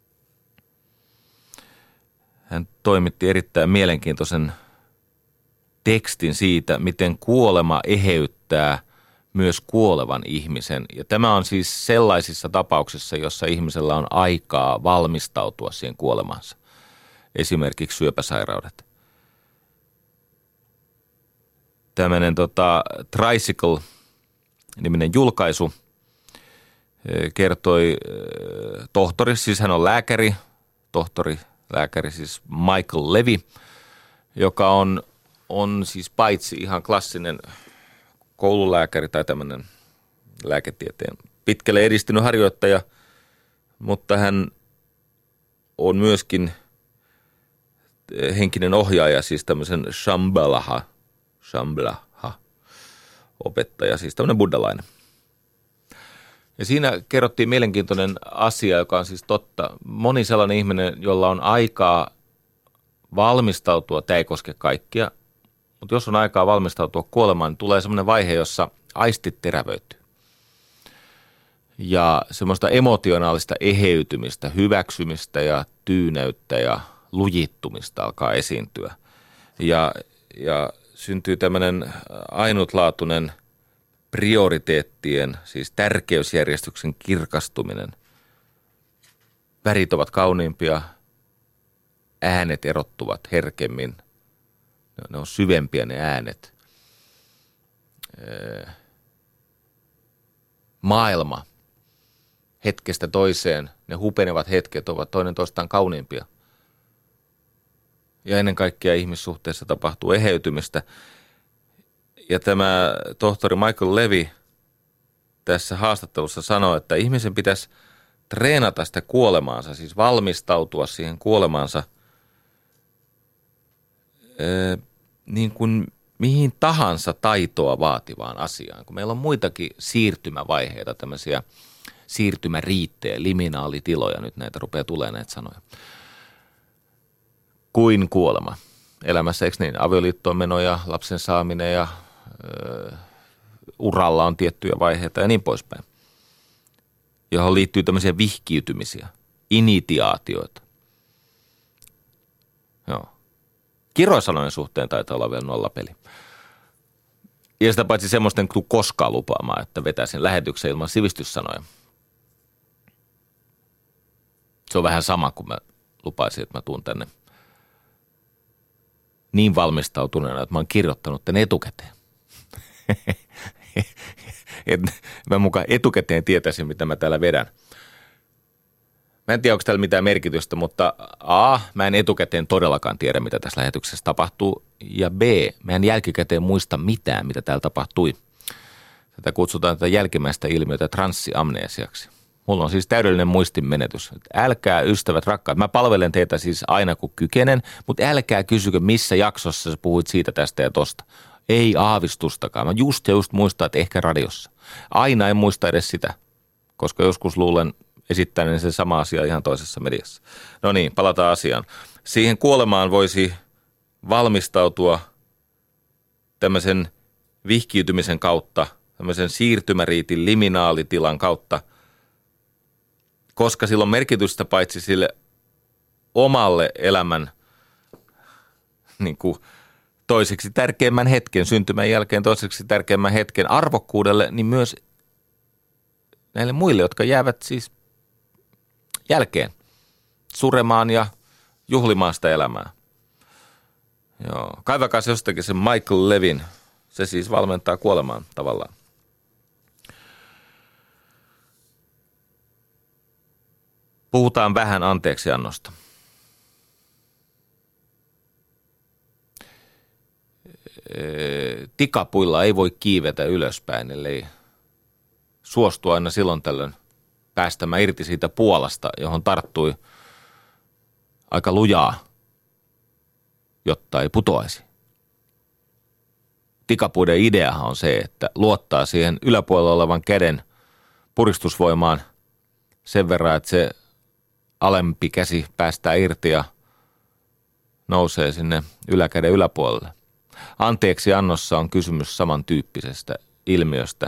hän toimitti erittäin mielenkiintoisen tekstin siitä, miten kuolema eheyttää myös kuolevan ihmisen. Ja tämä on siis sellaisissa tapauksissa, jossa ihmisellä on aikaa valmistautua siihen kuolemansa. Esimerkiksi syöpäsairaudet. Tämmöinen Tricycle-niminen julkaisu kertoi tohtori, siis hän on lääkäri, tohtori, lääkäri, siis Michael Levy, joka on siis paitsi ihan klassinen koululääkäri tai tämmöinen lääketieteen pitkälle edistynyt harjoittaja, mutta hän on myöskin henkinen ohjaaja, siis tämmöisen Shambhala opettaja, siis tämmöinen buddhalainen. Ja siinä kerrottiin mielenkiintoinen asia, joka on siis totta. Moni sellainen ihminen, jolla on aikaa valmistautua, tämä ei koske kaikkia, mutta jos on aikaa valmistautua kuolemaan, niin tulee semmoinen vaihe, jossa aistit terävöityy. Ja semmoista emotionaalista eheytymistä, hyväksymistä ja tyyneyttä ja lujittumista alkaa esiintyä. Ja syntyy tämmöinen ainutlaatuinen prioriteettien, siis tärkeysjärjestyksen kirkastuminen. Värit ovat kauniimpia, äänet erottuvat herkemmin, ne on syvempiä ne äänet. Maailma hetkestä toiseen, ne hupenevat hetket ovat toinen toistaan kauniimpia. Ja ennen kaikkea ihmissuhteessa tapahtuu eheytymistä. Ja tämä tohtori Michael Levy tässä haastattelussa sanoi, että ihmisen pitäisi treenata sitä kuolemaansa, siis valmistautua siihen kuolemaansa niin kuin mihin tahansa taitoa vaativaan asiaan. Kun meillä on muitakin siirtymävaiheita, tämmöisiä siirtymäriittejä, liminaalitiloja, nyt näitä rupeaa tulemaan näitä sanoja, kuin kuolema. Elämässä, eikö niin? Avioliittoon meno ja lapsen saaminen ja uralla on tiettyjä vaiheita ja niin poispäin, johon liittyy tämmöisiä vihkiytymisiä, initiaatioita. Joo. Kirosanojen suhteen taitaa olla vielä nollapeli. Ja sitä paitsi semmoisten kuin koskaan lupaamaan, että vetää sen lähetyksen ilman sivistyssanoja. Se on vähän sama kuin mä lupaisin, että mä tuun tänne niin valmistautuneena, että mä oon kirjoittanut tän etukäteen. Että mä mukaan etukäteen tietäisin, mitä mä täällä vedän. Mä en tiedä, onko täällä mitään merkitystä, mutta A, mä en etukäteen todellakaan tiedä, mitä tässä lähetyksessä tapahtuu. Ja B, mä en jälkikäteen muista mitään, mitä täällä tapahtui. Tätä kutsutaan tätä jälkimmäistä ilmiötä transsiamnesiaksi. Mulla on siis täydellinen muistinmenetys. Älkää ystävät rakkaat, mä palvelen teitä siis aina kun kykenen, mutta älkää kysykö, missä jaksossa sä puhuit siitä, tästä ja tosta. Ei aavistustakaan. Mä just muistan, että ehkä radiossa. Aina en muista edes sitä, koska joskus luulen esittäinen se sama asia ihan toisessa mediassa. No niin, palataan asiaan. Siihen kuolemaan voisi valmistautua tämmöisen vihkiytymisen kautta, tämmöisen siirtymäriitin liminaalitilan kautta, koska sillä on merkitystä paitsi sille omalle elämän niin kuin toiseksi tärkeimmän hetken, syntymän jälkeen toiseksi tärkeimmän hetken arvokkuudelle, niin myös näille muille, jotka jäävät siis jälkeen suremaan ja juhlimaan sitä elämää. Joo. Kaivakaa se jostakin se Michael Levin, se siis valmentaa kuolemaan tavallaan. Puhutaan vähän anteeksiannosta. Tikapuilla ei voi kiivetä ylöspäin, ellei suostu aina silloin tällöin päästämään irti siitä puolasta, johon tarttui aika lujaa, jotta ei putoaisi. Tikapuiden ideahan on se, että luottaa siihen yläpuolella olevan käden puristusvoimaan sen verran, että se alempi käsi päästää irti ja nousee sinne yläkäden yläpuolelle. Anteeksi annossa on kysymys samantyyppisestä ilmiöstä.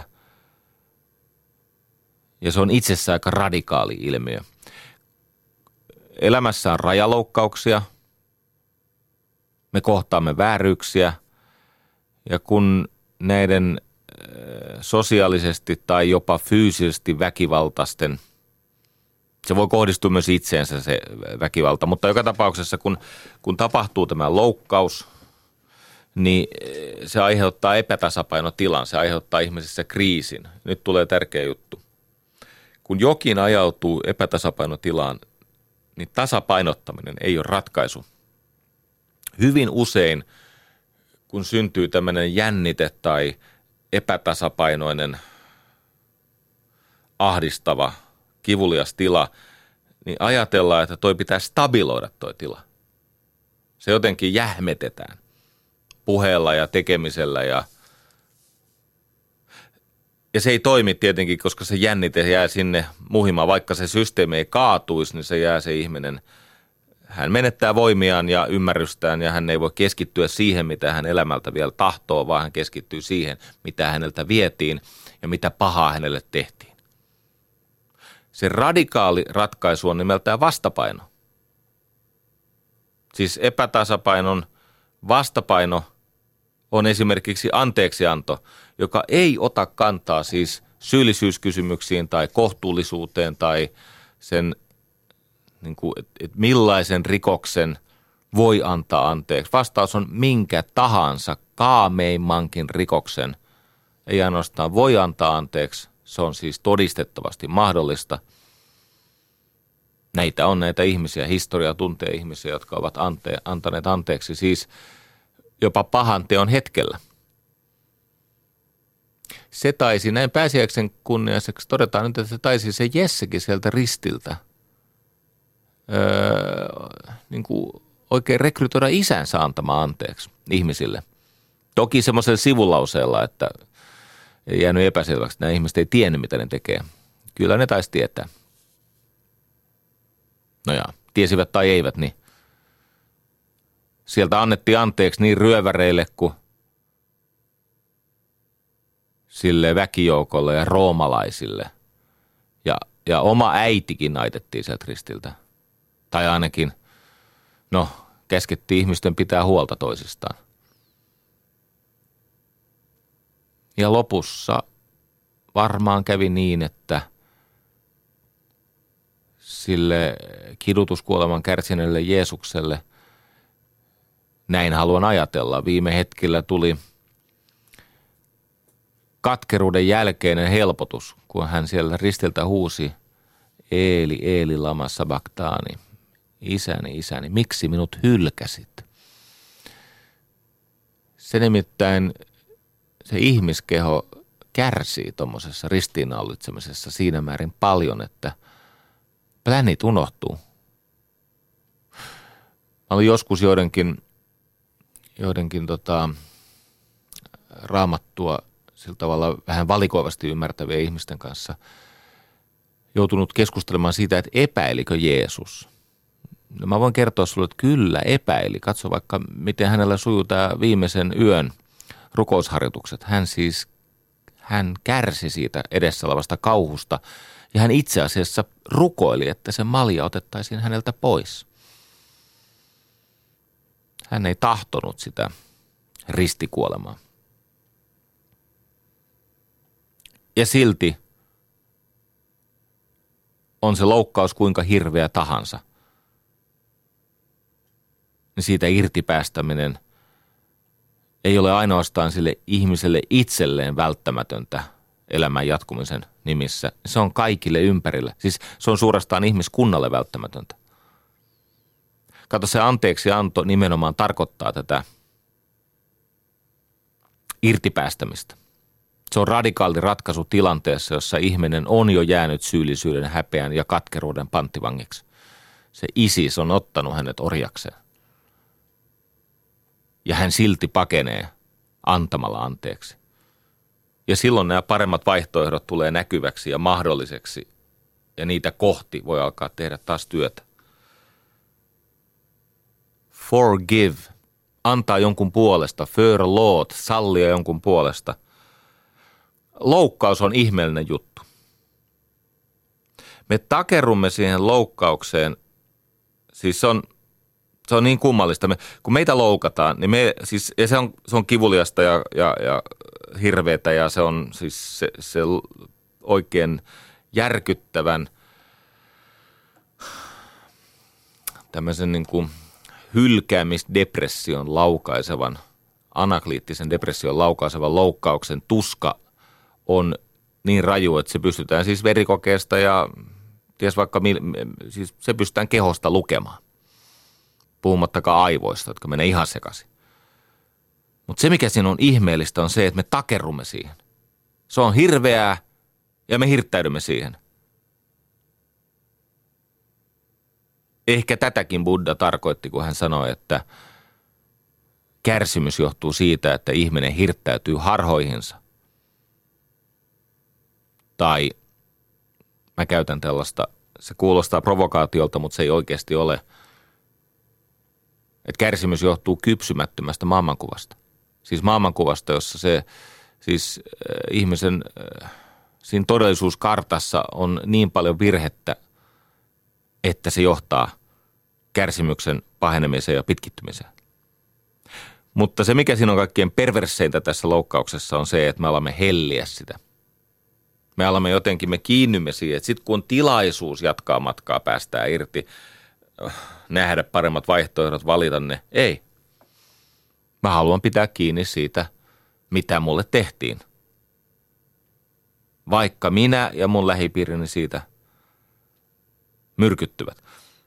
Ja se on itsessään aika radikaali ilmiö. Elämässä on rajaloukkauksia, me kohtaamme vääryyksiä ja kun näiden sosiaalisesti tai jopa fyysisesti väkivaltaisten, se voi kohdistua myös itseensä se väkivalta, mutta joka tapauksessa kun tapahtuu tämä loukkaus, niin se aiheuttaa epätasapainotilan, se aiheuttaa ihmisessä kriisin. Nyt tulee tärkeä juttu. Kun jokin ajautuu epätasapainotilaan, niin tasapainottaminen ei ole ratkaisu. Hyvin usein, kun syntyy tämmöinen jännite tai epätasapainoinen, ahdistava, kivulias tila, niin ajatellaan, että toi pitää stabiloida toi tila. Se jotenkin jähmetetään puheella ja tekemisellä ja se ei toimi tietenkin, koska se jännite jää sinne muhimaan. Vaikka se systeemi ei kaatuisi, niin se jää se ihminen. Hän menettää voimiaan ja ymmärrystään ja hän ei voi keskittyä siihen, mitä hän elämältä vielä tahtoo, vaan hän keskittyy siihen, mitä häneltä vietiin ja mitä pahaa hänelle tehtiin. Se radikaali ratkaisu on nimeltään vastapaino. Siis epätasapainon vastapaino on esimerkiksi anteeksianto, joka ei ota kantaa siis syyllisyyskysymyksiin tai kohtuullisuuteen tai sen, niin kuin, että millaisen rikoksen voi antaa anteeksi. Vastaus on minkä tahansa kaameimmankin rikoksen. Ei ainoastaan voi antaa anteeksi, se on siis todistettavasti mahdollista. Näitä on näitä ihmisiä, historia tuntee ihmisiä, jotka ovat antaneet anteeksi siis jopa pahan teon hetkellä. Se taisi, näin pääsiäiksen kunniaiseksi todetaan nyt, että se taisi se Jessekin sieltä ristiltä niin kuin oikein rekrytoida isänsä antamaan anteeksi ihmisille. Toki semmoisella sivulauseella, että ei jäänyt epäselväksi, että nämä ihmiset ei tiennyt, mitä ne tekee. Kyllä ne taisi tietää. No ja, tiesivät tai eivät, niin sieltä annettiin anteeksi niin ryöväreille kuin sille väkijoukolle ja roomalaisille. Ja oma äitikin naitettiin sieltä ristiltä. Tai ainakin, käskettiin ihmisten pitää huolta toisistaan. Ja lopussa varmaan kävi niin, että sille kidutuskuoleman kärsineelle Jeesukselle, näin haluan ajatella, viime hetkellä tuli katkeruuden jälkeinen helpotus, kun hän siellä ristiltä huusi, Eeli, Eeli lama sabachthani, isäni, isäni, miksi minut hylkäsit? Se nimittäin, se ihmiskeho kärsii tuommoisessa ristiinnaulitsemisessa siinä määrin paljon, että plänit unohtuu. Mä olin joskus joidenkin raamattua sillä tavalla vähän valikoivasti ymmärtäviä ihmisten kanssa joutunut keskustelemaan siitä, että epäilikö Jeesus. No mä voin kertoa sulle, että kyllä epäili. Katso vaikka, miten hänellä sujuu tämä viimeisen yön rukousharjoitukset. Hän kärsi siitä edessä olevasta kauhusta ja hän itse asiassa rukoili, että se malja otettaisiin häneltä pois. Hän ei tahtonut sitä ristikuolemaa. Ja silti on se loukkaus kuinka hirveä tahansa. Niin siitä irtipäästäminen ei ole ainoastaan sille ihmiselle itselleen välttämätöntä elämän jatkumisen nimissä. Se on kaikille ympärille. Siis se on suorastaan ihmiskunnalle välttämätöntä. Kato, se anteeksianto nimenomaan tarkoittaa tätä irtipäästämistä. Se on radikaali ratkaisu tilanteessa, jossa ihminen on jo jäänyt syyllisyyden, häpeän ja katkeruuden panttivangiksi. Se ISIS on ottanut hänet orjakseen. Ja hän silti pakenee antamalla anteeksi. Ja silloin nämä paremmat vaihtoehdot tulee näkyväksi ja mahdolliseksi. Ja niitä kohti voi alkaa tehdä taas työtä. Forgive. Antaa jonkun puolesta. Förlåt. Sallia jonkun puolesta. Loukkaus on ihmeellinen juttu. Me takerrumme siihen loukkaukseen. Siis se on niin kummallista. Kun meitä loukataan, niin se on kivuliasta ja hirveätä ja se on siis se oikein järkyttävän tämmöisen niin kuin hylkäämisdepression laukaisevan, anakliittisen depression laukaisevan loukkauksen tuska on niin raju, että se pystytään siis verikokeesta ja ties vaikka, siis se pystytään kehosta lukemaan. Puhumattakaan aivoista, jotka menee ihan sekaisin. Mutta se, mikä siinä on ihmeellistä, on se, että me takerrumme siihen. Se on hirveää ja me hirttäydymme siihen. Ehkä tätäkin Buddha tarkoitti, kun hän sanoi, että kärsimys johtuu siitä, että ihminen hirttäytyy harhoihinsa. Tai mä käytän tällaista, se kuulostaa provokaatiolta, mutta se ei oikeasti ole. Että kärsimys johtuu kypsymättömästä maailmankuvasta. Siis maailmankuvasta, jossa se ihmisen siinä todellisuuskartassa on niin paljon virhettä, että se johtaa kärsimyksen pahenemiseen ja pitkittymiseen. Mutta se, mikä siinä on kaikkein perverseintä tässä loukkauksessa, on se, että me alamme helliä sitä. Me alamme jotenkin, me kiinnymme siihen, että sitten kun on tilaisuus jatkaa matkaa, päästään irti, nähdä paremmat vaihtoehdot, valita ne. Ei. Mä haluan pitää kiinni siitä, mitä mulle tehtiin. Vaikka minä ja mun lähipiirini siitä myrkyttyvät.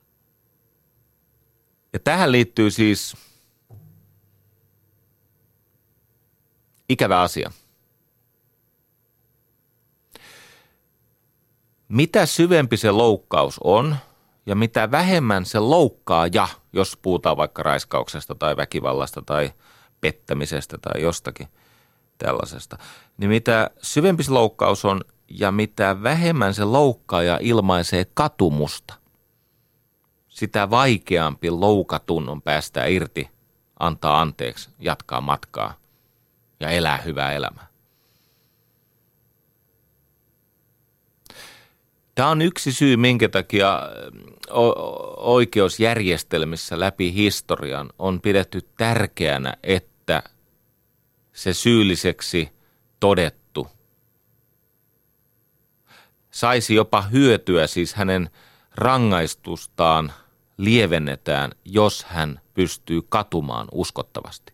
Ja tähän liittyy siis ikävä asia. Mitä syvempi se loukkaus on ja mitä vähemmän se loukkaaja, jos puhutaan vaikka raiskauksesta tai väkivallasta tai pettämisestä tai jostakin tällaisesta, niin mitä syvempi se loukkaus on ja mitä vähemmän se loukkaaja ilmaisee katumusta, sitä vaikeampi loukatun on päästää irti, antaa anteeksi, jatkaa matkaa ja elää hyvää elämää. Tämä on yksi syy, minkä takia oikeusjärjestelmissä läpi historian on pidetty tärkeänä, että se syylliseksi todettu saisi jopa hyötyä, siis hänen rangaistustaan lievennetään, jos hän pystyy katumaan uskottavasti.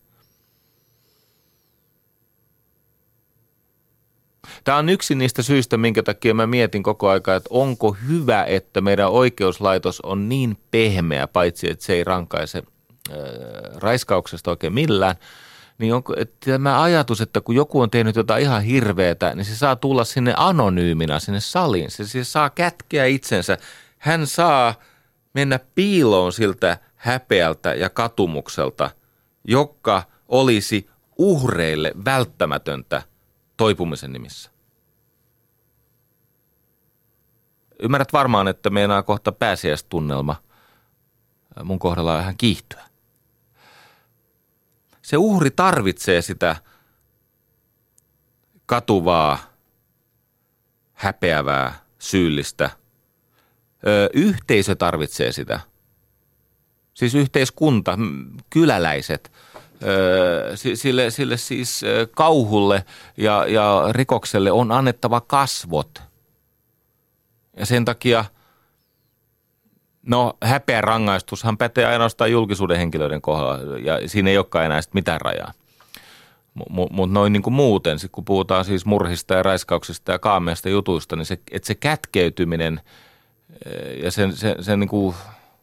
Tämä on yksi niistä syistä, minkä takia mä mietin koko ajan, että onko hyvä, että meidän oikeuslaitos on niin pehmeä, paitsi että se ei rankaise raiskauksesta oikein millään, niin onko että tämä ajatus, että kun joku on tehnyt jotain ihan hirveätä, niin se saa tulla sinne anonyyminä, sinne saliin. Se saa kätkeä itsensä. Hän saa mennä piiloon siltä häpeältä ja katumukselta, joka olisi uhreille välttämätöntä toipumisen nimissä. Ymmärrät varmaan, että meinaa kohta pääsiäistunnelma mun kohdalla vähän kiihtyä. Se uhri tarvitsee sitä katuvaa, häpeävää, syyllistä. Yhteisö tarvitsee sitä. Siis yhteiskunta, kyläläiset. Sille siis kauhulle ja rikokselle on annettava kasvot. Ja sen takia, häpeän rangaistushan pätee ainoastaan julkisuuden henkilöiden kohdalla ja siinä ei olekaan enää mitään rajaa. Mutta noin niin kuin muuten, kun puhutaan siis murhista ja raiskauksista ja kaameista jutuista, niin se kätkeytyminen ja sen niin kuin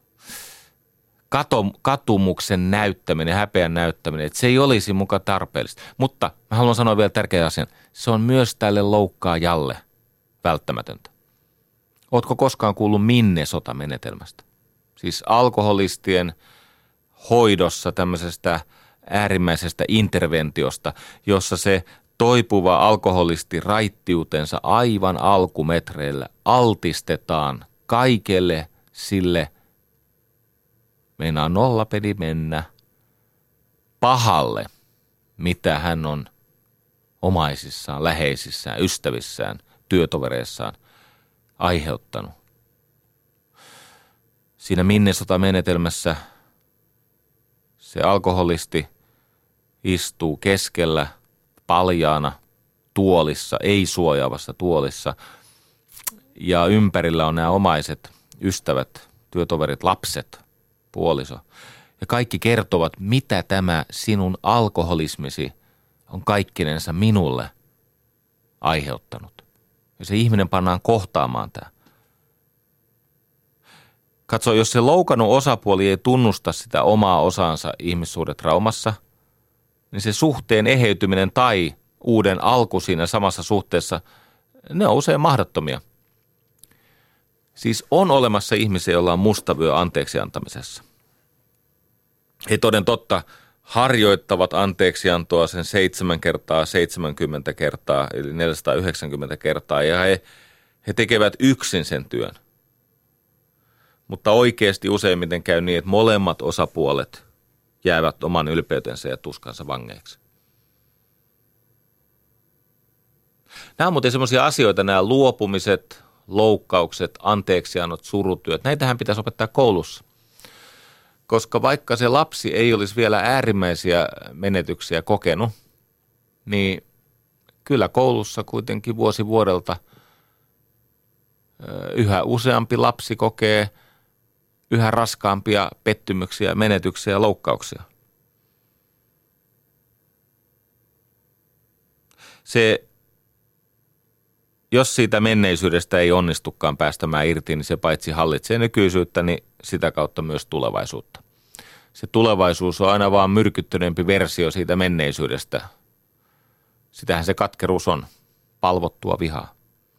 katumuksen näyttäminen, häpeän näyttäminen, että se ei olisi muka tarpeellista. Mutta mä haluan sanoa vielä tärkeän asian. Se on myös tälle loukkaajalle välttämätöntä. Ootko koskaan kuullut Minnesota-menetelmästä? Siis alkoholistien hoidossa tämmöisestä äärimmäisestä interventiosta, jossa se toipuva alkoholisti raittiutensa aivan alkumetreillä altistetaan kaikelle sille, meinaa nollapeli mennä, pahalle, mitä hän on omaisissaan, läheisissään, ystävissään, työtovereissaan aiheuttanut. Siinä Minnesota-menetelmässä se alkoholisti istuu keskellä paljaana tuolissa, ei suojaavassa tuolissa ja ympärillä on nämä omaiset, ystävät, työtoverit, lapset, puoliso. Ja kaikki kertovat, mitä tämä sinun alkoholismisi on kaikkinensa minulle aiheuttanut. Ja se ihminen pannaan kohtaamaan tämä. Katso, jos se loukannut osapuoli ei tunnusta sitä omaa osaansa ihmissuhdetraumassa, niin se suhteen eheytyminen tai uuden alku siinä samassa suhteessa, ne on usein mahdottomia. Siis on olemassa ihmisiä, joilla on mustavyö anteeksi antamisessa. He toden totta harjoittavat anteeksiantoa sen 7 kertaa 70 kertaa, eli 490 kertaa, ja he tekevät yksin sen työn. Mutta oikeasti useimmiten käy niin, että molemmat osapuolet jäävät oman ylpeytensä ja tuskansa vangeiksi. Nämä on muuten sellaisia asioita, nämä luopumiset, loukkaukset, anteeksiannot, surutyöt. Näitähän pitäisi opettaa koulussa. Koska vaikka se lapsi ei olisi vielä äärimmäisiä menetyksiä kokenut, niin kyllä koulussa kuitenkin vuosi vuodelta yhä useampi lapsi kokee yhä raskaampia pettymyksiä, menetyksiä ja loukkauksia. Jos siitä menneisyydestä ei onnistukaan päästämään irti, niin se paitsi hallitsee nykyisyyttä, niin sitä kautta myös tulevaisuutta. Se tulevaisuus on aina vaan myrkyttyneempi versio siitä menneisyydestä. Sitähän se katkeruus on, palvottua vihaa.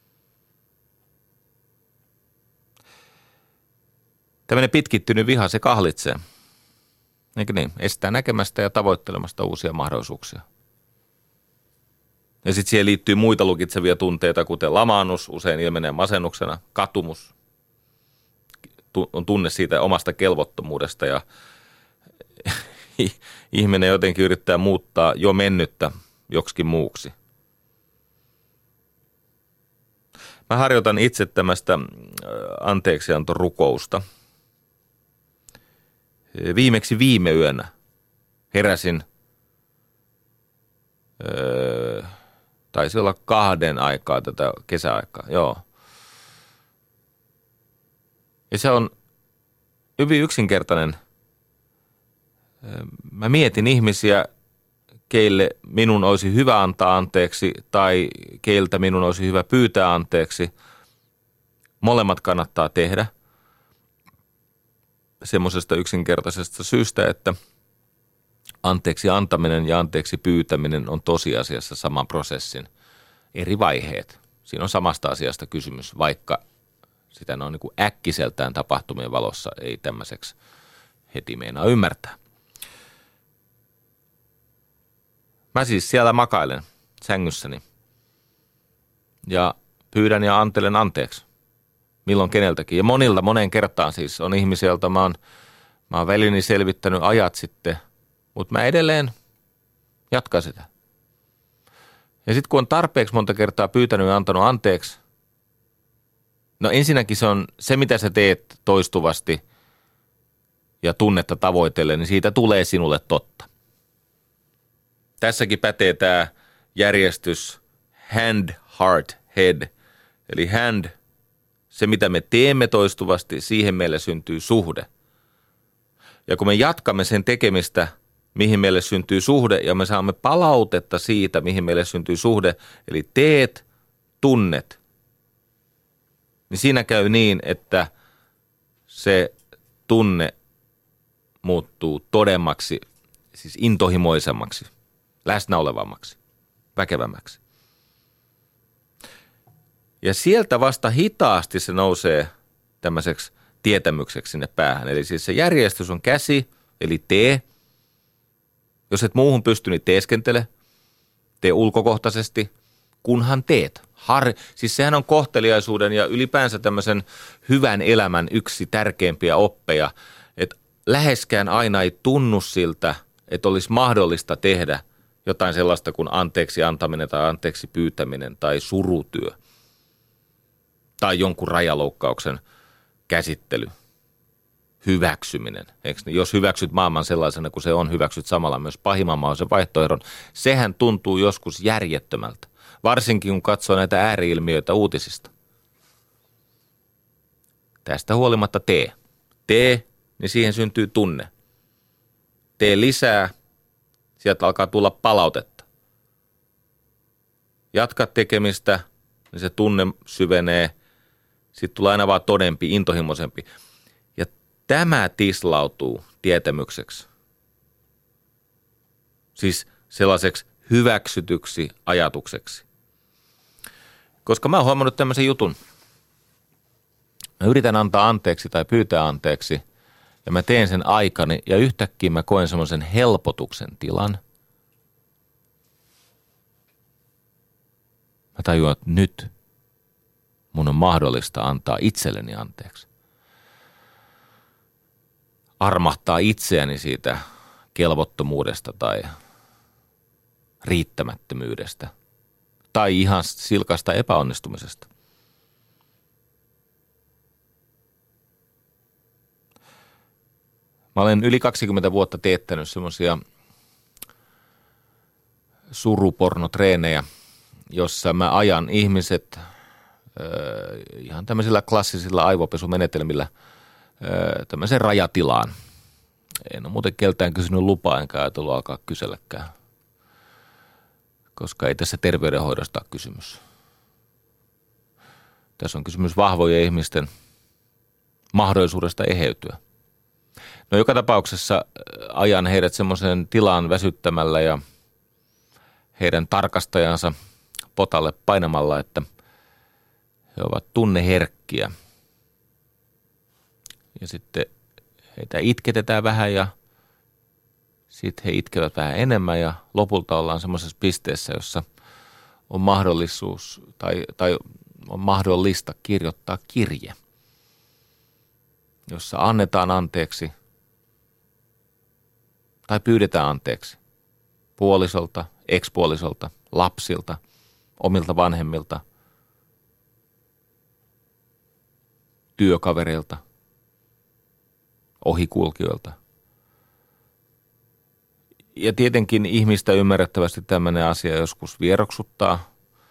Tämmöinen pitkittynyt viha, se kahlitsee. Eikö niin? Estää näkemästä ja tavoittelemasta uusia mahdollisuuksia. Ja sitten siihen liittyy muita lukitsevia tunteita, kuten lamaannus, usein ilmenee masennuksena, katumus, on tunne siitä omasta kelvottomuudesta ja ihminen jotenkin yrittää muuttaa jo mennyttä joksikin muuksi. Mä harjoitan itse tämmöistä anteeksiantorukousta. Viimeksi viime yönä heräsin, taisi olla 2 aikaa tätä kesäaikaa, joo. Ja se on hyvin yksinkertainen. Mä mietin ihmisiä, keille minun olisi hyvä antaa anteeksi tai keiltä minun olisi hyvä pyytää anteeksi. Molemmat kannattaa tehdä semmoisesta yksinkertaisesta syystä, että anteeksi antaminen ja anteeksi pyytäminen on tosiasiassa saman prosessin eri vaiheet. Siinä on samasta asiasta kysymys, vaikka sitä on niin kuin äkkiseltään tapahtumien valossa ei tämmöiseksi heti meinaa ymmärtää. Mä siis siellä makailen sängyssäni ja pyydän ja antelen anteeksi. Milloin keneltäkin. Ja moneen kertaan siis on ihmisiä, joilta mä oon välini selvittänyt ajat sitten, mutta mä edelleen jatkan sitä. Ja sitten kun on tarpeeksi monta kertaa pyytänyt ja antanut anteeksi, no ensinnäkin se on se, mitä sä teet toistuvasti ja tunnetta tavoitellen, niin siitä tulee sinulle totta. Tässäkin pätee tämä järjestys hand, heart, head. Eli hand, se mitä me teemme toistuvasti, siihen meille syntyy suhde. Ja kun me jatkamme sen tekemistä, mihin meille syntyy suhde, ja me saamme palautetta siitä, mihin meille syntyy suhde, eli teet, tunnet, niin siinä käy niin, että se tunne muuttuu todemmaksi, siis intohimoisemmaksi, läsnäolevammaksi, väkevämmäksi. Ja sieltä vasta hitaasti se nousee tämmöiseksi tietämykseksi sinne päähän. Eli siis se järjestys on käsi, eli tee. Jos et muuhun pysty, niin teeskentele. Tee ulkokohtaisesti, kunhan teet. Siis sehän on kohteliaisuuden ja ylipäänsä tämmöisen hyvän elämän yksi tärkeimpiä oppeja, että läheskään aina ei tunnu siltä, että olisi mahdollista tehdä jotain sellaista kuin anteeksi antaminen tai anteeksi pyytäminen tai surutyö tai jonkun rajaloukkauksen käsittely, hyväksyminen. Eikö niin? Jos hyväksyt maailman sellaisena kuin se on, hyväksyt samalla myös pahimman mahdollisen vaihtoehdon. Sehän tuntuu joskus järjettömältä, varsinkin kun katsoo näitä ääriilmiöitä uutisista. Tästä huolimatta tee. Tee, niin siihen syntyy tunne. Tee lisää, sieltä alkaa tulla palautetta. Jatka tekemistä, niin se tunne syvenee. Sitten tulee aina vaan todempi, intohimoisempi. Ja tämä tislautuu tietämykseksi. Siis sellaiseksi hyväksytyksi ajatukseksi. Koska mä oon huomannut tämmöisen jutun. Mä yritän antaa anteeksi tai pyytää anteeksi ja mä teen sen aikani ja yhtäkkiä mä koen semmoisen helpotuksen tilan. Mä tajuan, että nyt mun on mahdollista antaa itselleni anteeksi. Armahtaa itseäni siitä kelvottomuudesta tai riittämättömyydestä tai ihan silkasta epäonnistumisesta. Mä olen yli 20 vuotta teettänyt semmoisia surupornotreenejä, jossa mä ajan ihmiset ihan tämmöisillä klassisilla aivopesumenetelmillä tämmöiseen rajatilaan. En ole muuten keltään kysynyt lupaa, enkä ajatellut alkaa kyselläkään, koska ei tässä terveydenhoidosta ole kysymys. Tässä on kysymys vahvojen ihmisten mahdollisuudesta eheytyä. No joka tapauksessa ajan heidät semmoiseen tilaan väsyttämällä ja heidän tarkastajansa potalle painamalla, että he ovat tunneherkkiä. Ja sitten heitä itketetään vähän ja sitten he itkevät vähän enemmän ja lopulta ollaan semmoisessa pisteessä, jossa on mahdollisuus tai on mahdollista kirjoittaa kirje, jossa annetaan anteeksi tai pyydetään anteeksi puolisolta, ekspuolisolta, lapsilta, omilta vanhemmilta, työkavereilta, ohikulkijoilta. Ja tietenkin ihmistä ymmärrettävästi tämmöinen asia joskus vieroksuttaa.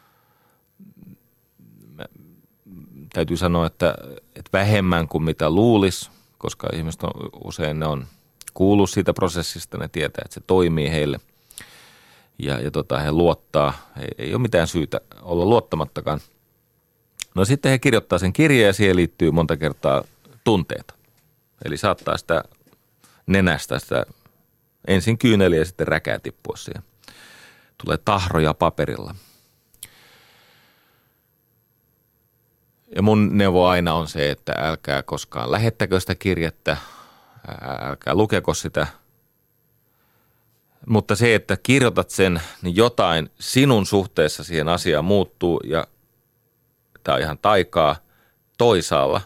Täytyy sanoa, että vähemmän kuin mitä luulisi, koska ihmiset usein ne on kuullut siitä prosessista, ne tietää, että se toimii heille. Ja he luottaa, ei ole mitään syytä olla luottamattakaan. No sitten he kirjoittaa sen kirjeen ja siihen liittyy monta kertaa tunteita. Eli saattaa sitä nenästä sitä ensin kyyneliä ja sitten räkää tippua siihen. Tulee tahroja paperilla. Ja mun neuvo aina on se, että älkää koskaan lähettäkö sitä kirjettä, älkää lukeko sitä. Mutta se, että kirjoitat sen, niin jotain sinun suhteessa siihen asiaan muuttuu ja tämä on ihan taikaa toisaalla.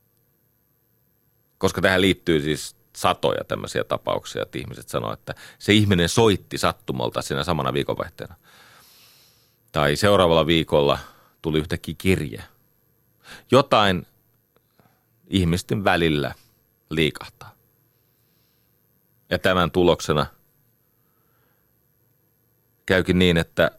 Koska tähän liittyy siis satoja tämmöisiä tapauksia, että ihmiset sanoo, että se ihminen soitti sattumalta siinä samana viikonvaihteena. Tai seuraavalla viikolla tuli yhtäkkiä kirje. Jotain ihmisten välillä liikahtaa. Ja tämän tuloksena käykin niin, että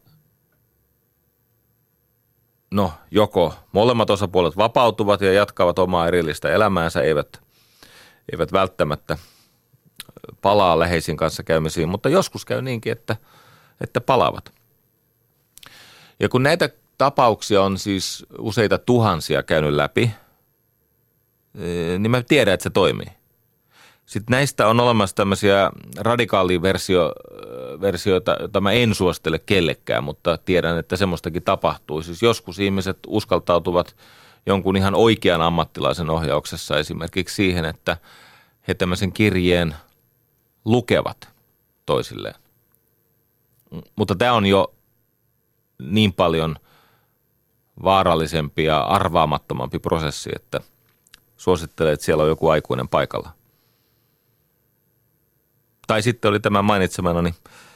joko molemmat osapuolet vapautuvat ja jatkavat omaa erillistä elämäänsä, eivät välttämättä palaa läheisin kanssa käymisiin, mutta joskus käy niinkin, että palaavat. Ja kun näitä tapauksia on siis useita tuhansia käynyt läpi, niin mä tiedän, että se toimii. Sitten näistä on olemassa tämmöisiä radikaalia versioita, joita mä en suosittele kellekään, mutta tiedän, että semmoistakin tapahtuu. Siis joskus ihmiset uskaltautuvat jonkun ihan oikean ammattilaisen ohjauksessa esimerkiksi siihen, että he tämmöisen kirjeen lukevat toisilleen. Mutta tämä on jo niin paljon vaarallisempi ja arvaamattomampi prosessi, että suosittelen, että siellä on joku aikuinen paikalla. Tai sitten oli tämä mainitsemana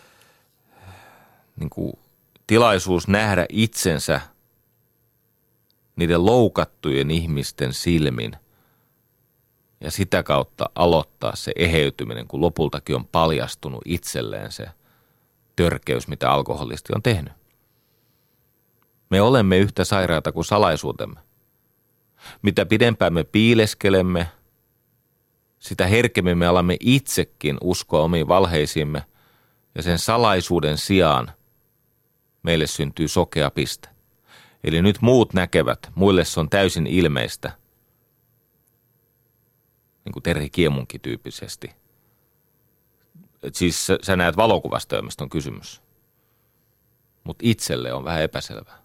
niin kuin tilaisuus nähdä itsensä niiden loukattujen ihmisten silmin ja sitä kautta aloittaa se eheytyminen, kun lopultakin on paljastunut itselleen se törkeys, mitä alkoholisti on tehnyt. Me olemme yhtä sairaata kuin salaisuutemme. Mitä pidempään me piileskelemme, sitä herkemmin me alamme itsekin uskoa omiin valheisiimme ja sen salaisuuden sijaan meille syntyy sokea piste. Eli nyt muut näkevät, muille se on täysin ilmeistä, niin kuin Terhi Kiemunkin tyyppisesti. Et siis sä näet valokuvasta, mistä on kysymys. Mutta itselle on vähän epäselvää.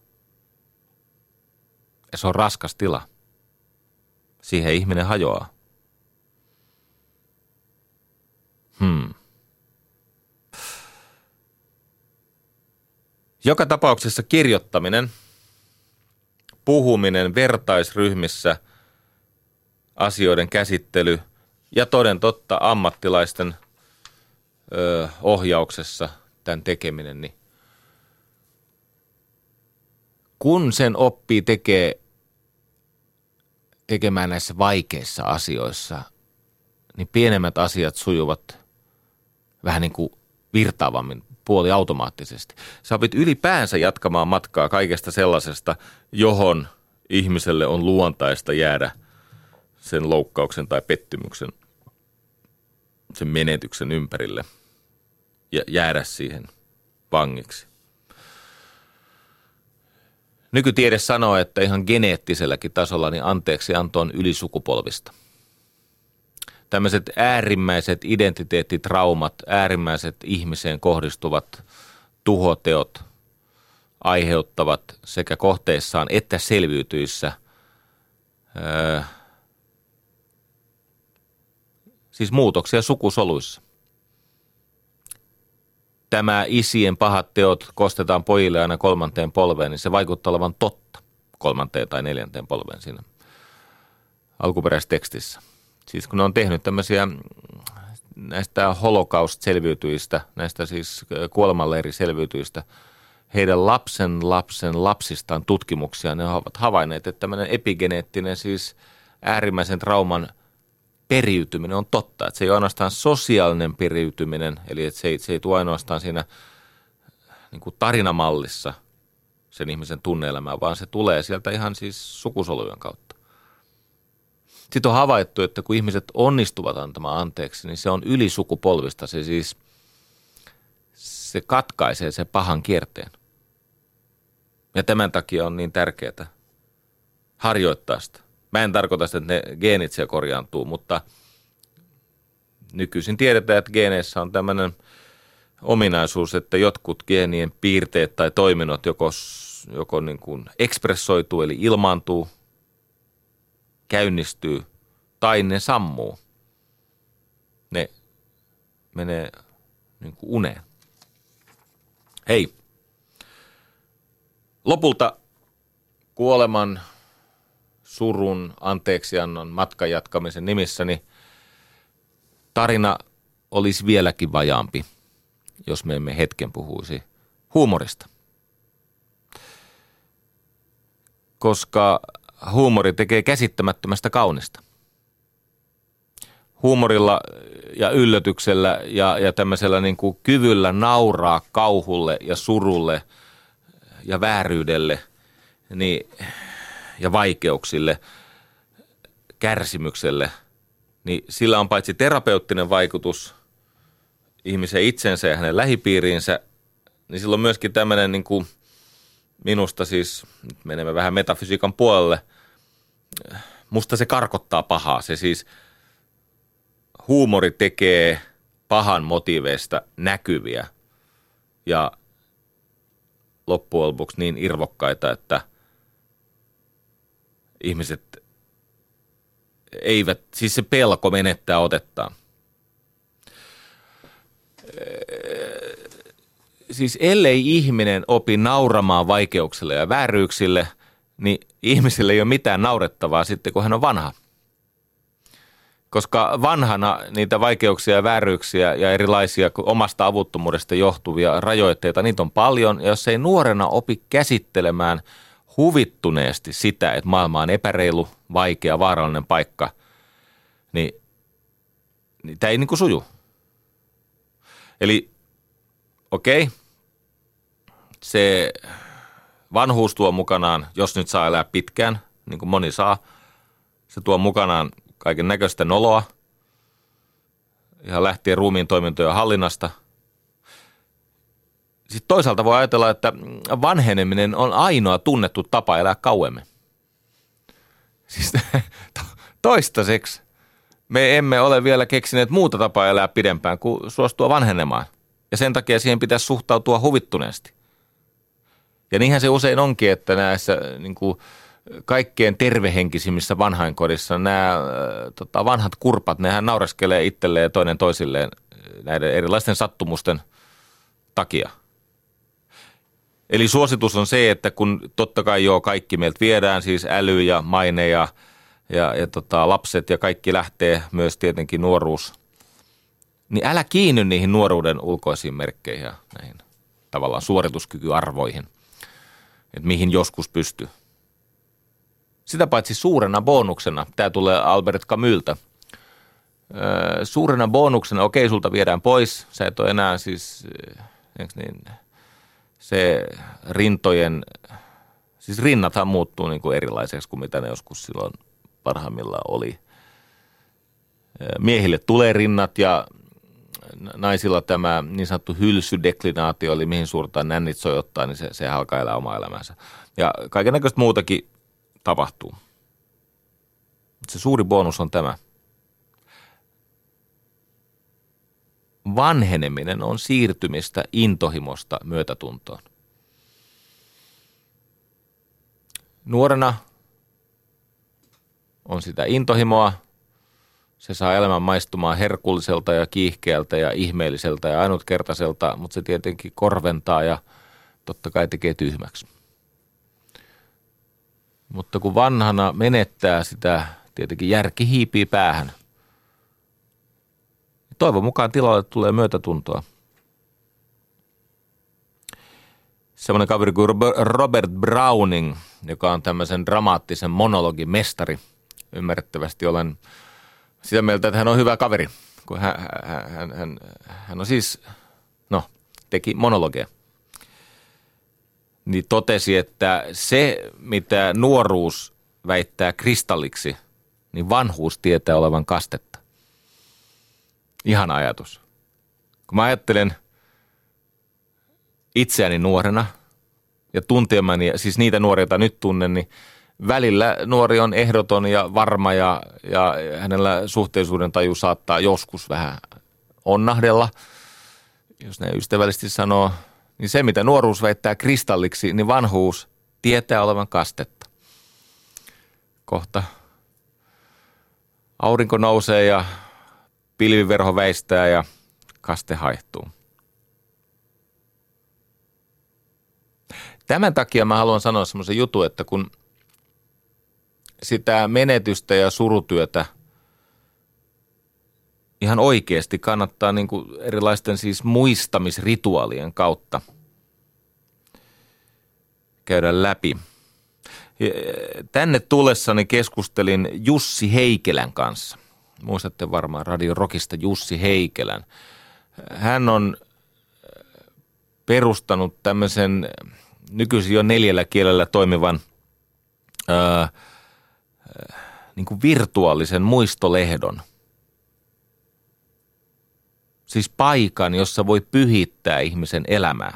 Ja se on raskas tila. Siihen ihminen hajoaa. Joka tapauksessa kirjoittaminen, puhuminen vertaisryhmissä, asioiden käsittely ja toden totta ammattilaisten ohjauksessa tämän tekeminen, niin kun sen oppii tekemään näissä vaikeissa asioissa, niin pienemmät asiat sujuvat vähän niin kuin virtaavammin puoliautomaattisesti. Sä opit ylipäänsä jatkamaan matkaa kaikesta sellaisesta, johon ihmiselle on luontaista jäädä sen loukkauksen tai pettymyksen, sen menetyksen ympärille ja jäädä siihen vangiksi. Nykytiede sanoo, että ihan geneettiselläkin tasolla niin anteeksianto on ylisukupolvista. Tämmöiset äärimmäiset identiteettitraumat, äärimmäiset ihmiseen kohdistuvat tuhoteot aiheuttavat sekä kohteissaan että selviytyissä siis muutoksia sukusoluissa. Tämä isien pahat teot kostetaan pojille aina 3. polveen, niin se vaikuttaa olevan totta 3. tai 4. polveen siinä alkuperäistekstissä. Siis kun ne on tehnyt tämmöisiä näistä holocaust-selviytyistä, näistä siis kuolemanleiriselviytyistä, heidän lapsistaan tutkimuksia, ne ovat havainneet, että tämmöinen epigeneettinen siis äärimmäisen trauman periytyminen on totta. Että se ei ole ainoastaan sosiaalinen periytyminen, eli että se ei tule ainoastaan siinä niin kuin tarinamallissa sen ihmisen tunne-elämään, vaan se tulee sieltä ihan siis sukusolujen kautta. Sitten on havaittu, että kun ihmiset onnistuvat antamaan anteeksi, niin se on ylisukupolvista. Se katkaisee sen pahan kierteen. Ja tämän takia on niin tärkeää harjoittaa sitä. Mä en tarkoita sitä, että ne geenit siellä korjaantuu, mutta nykyisin tiedetään, että geeneissä on tämmöinen ominaisuus, että jotkut geenien piirteet tai toiminnot joko niin kuin ekspressoituu eli ilmaantuu, käynnistyy tai ne sammuu. Ne menee niin kuin uneen. Hei, lopulta kuoleman, surun, anteeksiannon, matkan jatkamisen nimissäni tarina olisi vieläkin vajaampi, jos me emme hetken puhuisi huumorista. Koska huumori tekee käsittämättömästä kaunista. Huumorilla ja yllätyksellä ja tämmöisellä niin kuin kyvyllä nauraa kauhulle ja surulle ja vääryydelle niin, ja vaikeuksille, kärsimykselle, niin sillä on paitsi terapeuttinen vaikutus ihmisen itsensä ja hänen lähipiiriinsä, niin sillä on myöskin tämmöinen niin kuin minusta siis, nyt menemme vähän metafysiikan puolelle, musta se karkottaa pahaa. Se siis huumori tekee pahan motiiveista näkyviä ja loppujen lopuksi niin irvokkaita, että ihmiset eivät, siis se pelko menettää otettaan. Siis ellei ihminen opi nauramaan vaikeuksille ja vääryyksille, niin ihmisille ei ole mitään naurettavaa sitten, kun hän on vanha. Koska vanhana niitä vaikeuksia ja vääryyksiä ja erilaisia omasta avuttomuudesta johtuvia rajoitteita, niitä on paljon. Ja jos ei nuorena opi käsittelemään huvittuneesti sitä, että maailma on epäreilu, vaikea, vaarallinen paikka, niin tämä ei niin kuin suju. Eli okei, se vanhuus tuo mukanaan, jos nyt saa elää pitkään, niin kuin moni saa, se tuo mukanaan kaiken näköistä noloa, ihan lähtien ruumiin toimintojen hallinnasta. Sitten toisaalta voi ajatella, että vanheneminen on ainoa tunnettu tapa elää kauemmin. Siis toistaiseksi me emme ole vielä keksineet muuta tapaa elää pidempään kuin suostua vanhenemaan. Ja sen takia siihen pitäisi suhtautua huvittuneesti. Ja niinhän se usein onkin, että näissä niin kuin kaikkein tervehenkisimmissä vanhainkodissa nämä vanhat kurpat, nehän naureskelee itselleen ja toinen toisilleen näiden erilaisten sattumusten takia. Eli suositus on se, että kun totta kai kaikki meiltä viedään, siis äly ja maine ja lapset ja kaikki lähtee, myös tietenkin nuoruus, niin älä kiinny niihin nuoruuden ulkoisiin merkkeihin ja näihin tavallaan suorituskykyarvoihin, että mihin joskus pystyy. Sitä paitsi suurena bonuksena, tämä tulee Albert Camusilta, suurena bonuksena, okei, sulta viedään pois, sä et ole enää siis, se rintojen, siis rinnathan muuttuu niin kuin erilaiseksi kuin mitä ne joskus silloin parhaimmillaan oli. Miehille tulee rinnat ja naisilla tämä niin sanottu hylsydeklinaatio, eli mihin suurtaan nännit sojottaa, niin se alkaa elää omaa elämänsä. Ja kaikennäköistä muutakin tapahtuu. Se suuri bonus on tämä. Vanheneminen on siirtymistä intohimosta myötätuntoon. Nuorena on sitä intohimoa. Se saa elämän maistumaan herkulliselta ja kiihkeältä ja ihmeelliseltä ja ainutkertaiselta, mutta se tietenkin korventaa ja totta kai tekee tyhmäksi. Mutta kun vanhana menettää sitä, tietenkin järki hiipii päähän. Toivon mukaan tilalle tulee myötätuntoa. Semmoinen kaveri kuin Robert Browning, joka on tämmöisen dramaattisen monologin mestari. Ymmärrettävästi olen sitä mieltä, että hän on hyvä kaveri, kun hän on siis, teki monologia. Niin totesi, että se, mitä nuoruus väittää kristalliksi, niin vanhuus tietää olevan kastetta. Ihana ajatus. Kun mä ajattelen itseäni nuorena ja tuntemani, siis niitä nuoria, joita nyt tunnen, niin välillä nuori on ehdoton ja varma ja hänellä suhteellisuuden taju saattaa joskus vähän onnahdella, jos näin ystävällisesti sanoo. Niin se, mitä nuoruus väittää kristalliksi, niin vanhuus tietää olevan kastetta. Kohta aurinko nousee ja pilviverho väistää ja kaste haihtuu. Tämän takia mä haluan sanoa semmoisen jutun, että kun sitä menetystä ja surutyötä ihan oikeasti kannattaa niin kuin erilaisten siis muistamisrituaalien kautta käydä läpi. Tänne tullessani keskustelin Jussi Heikelän kanssa. Muistatte varmaan Radio Rockista Jussi Heikelän. Hän on perustanut tämmöisen nykyisin jo 4 kielellä toimivan niin kuin virtuaalisen muistolehdon. Siis paikan, jossa voi pyhittää ihmisen elämää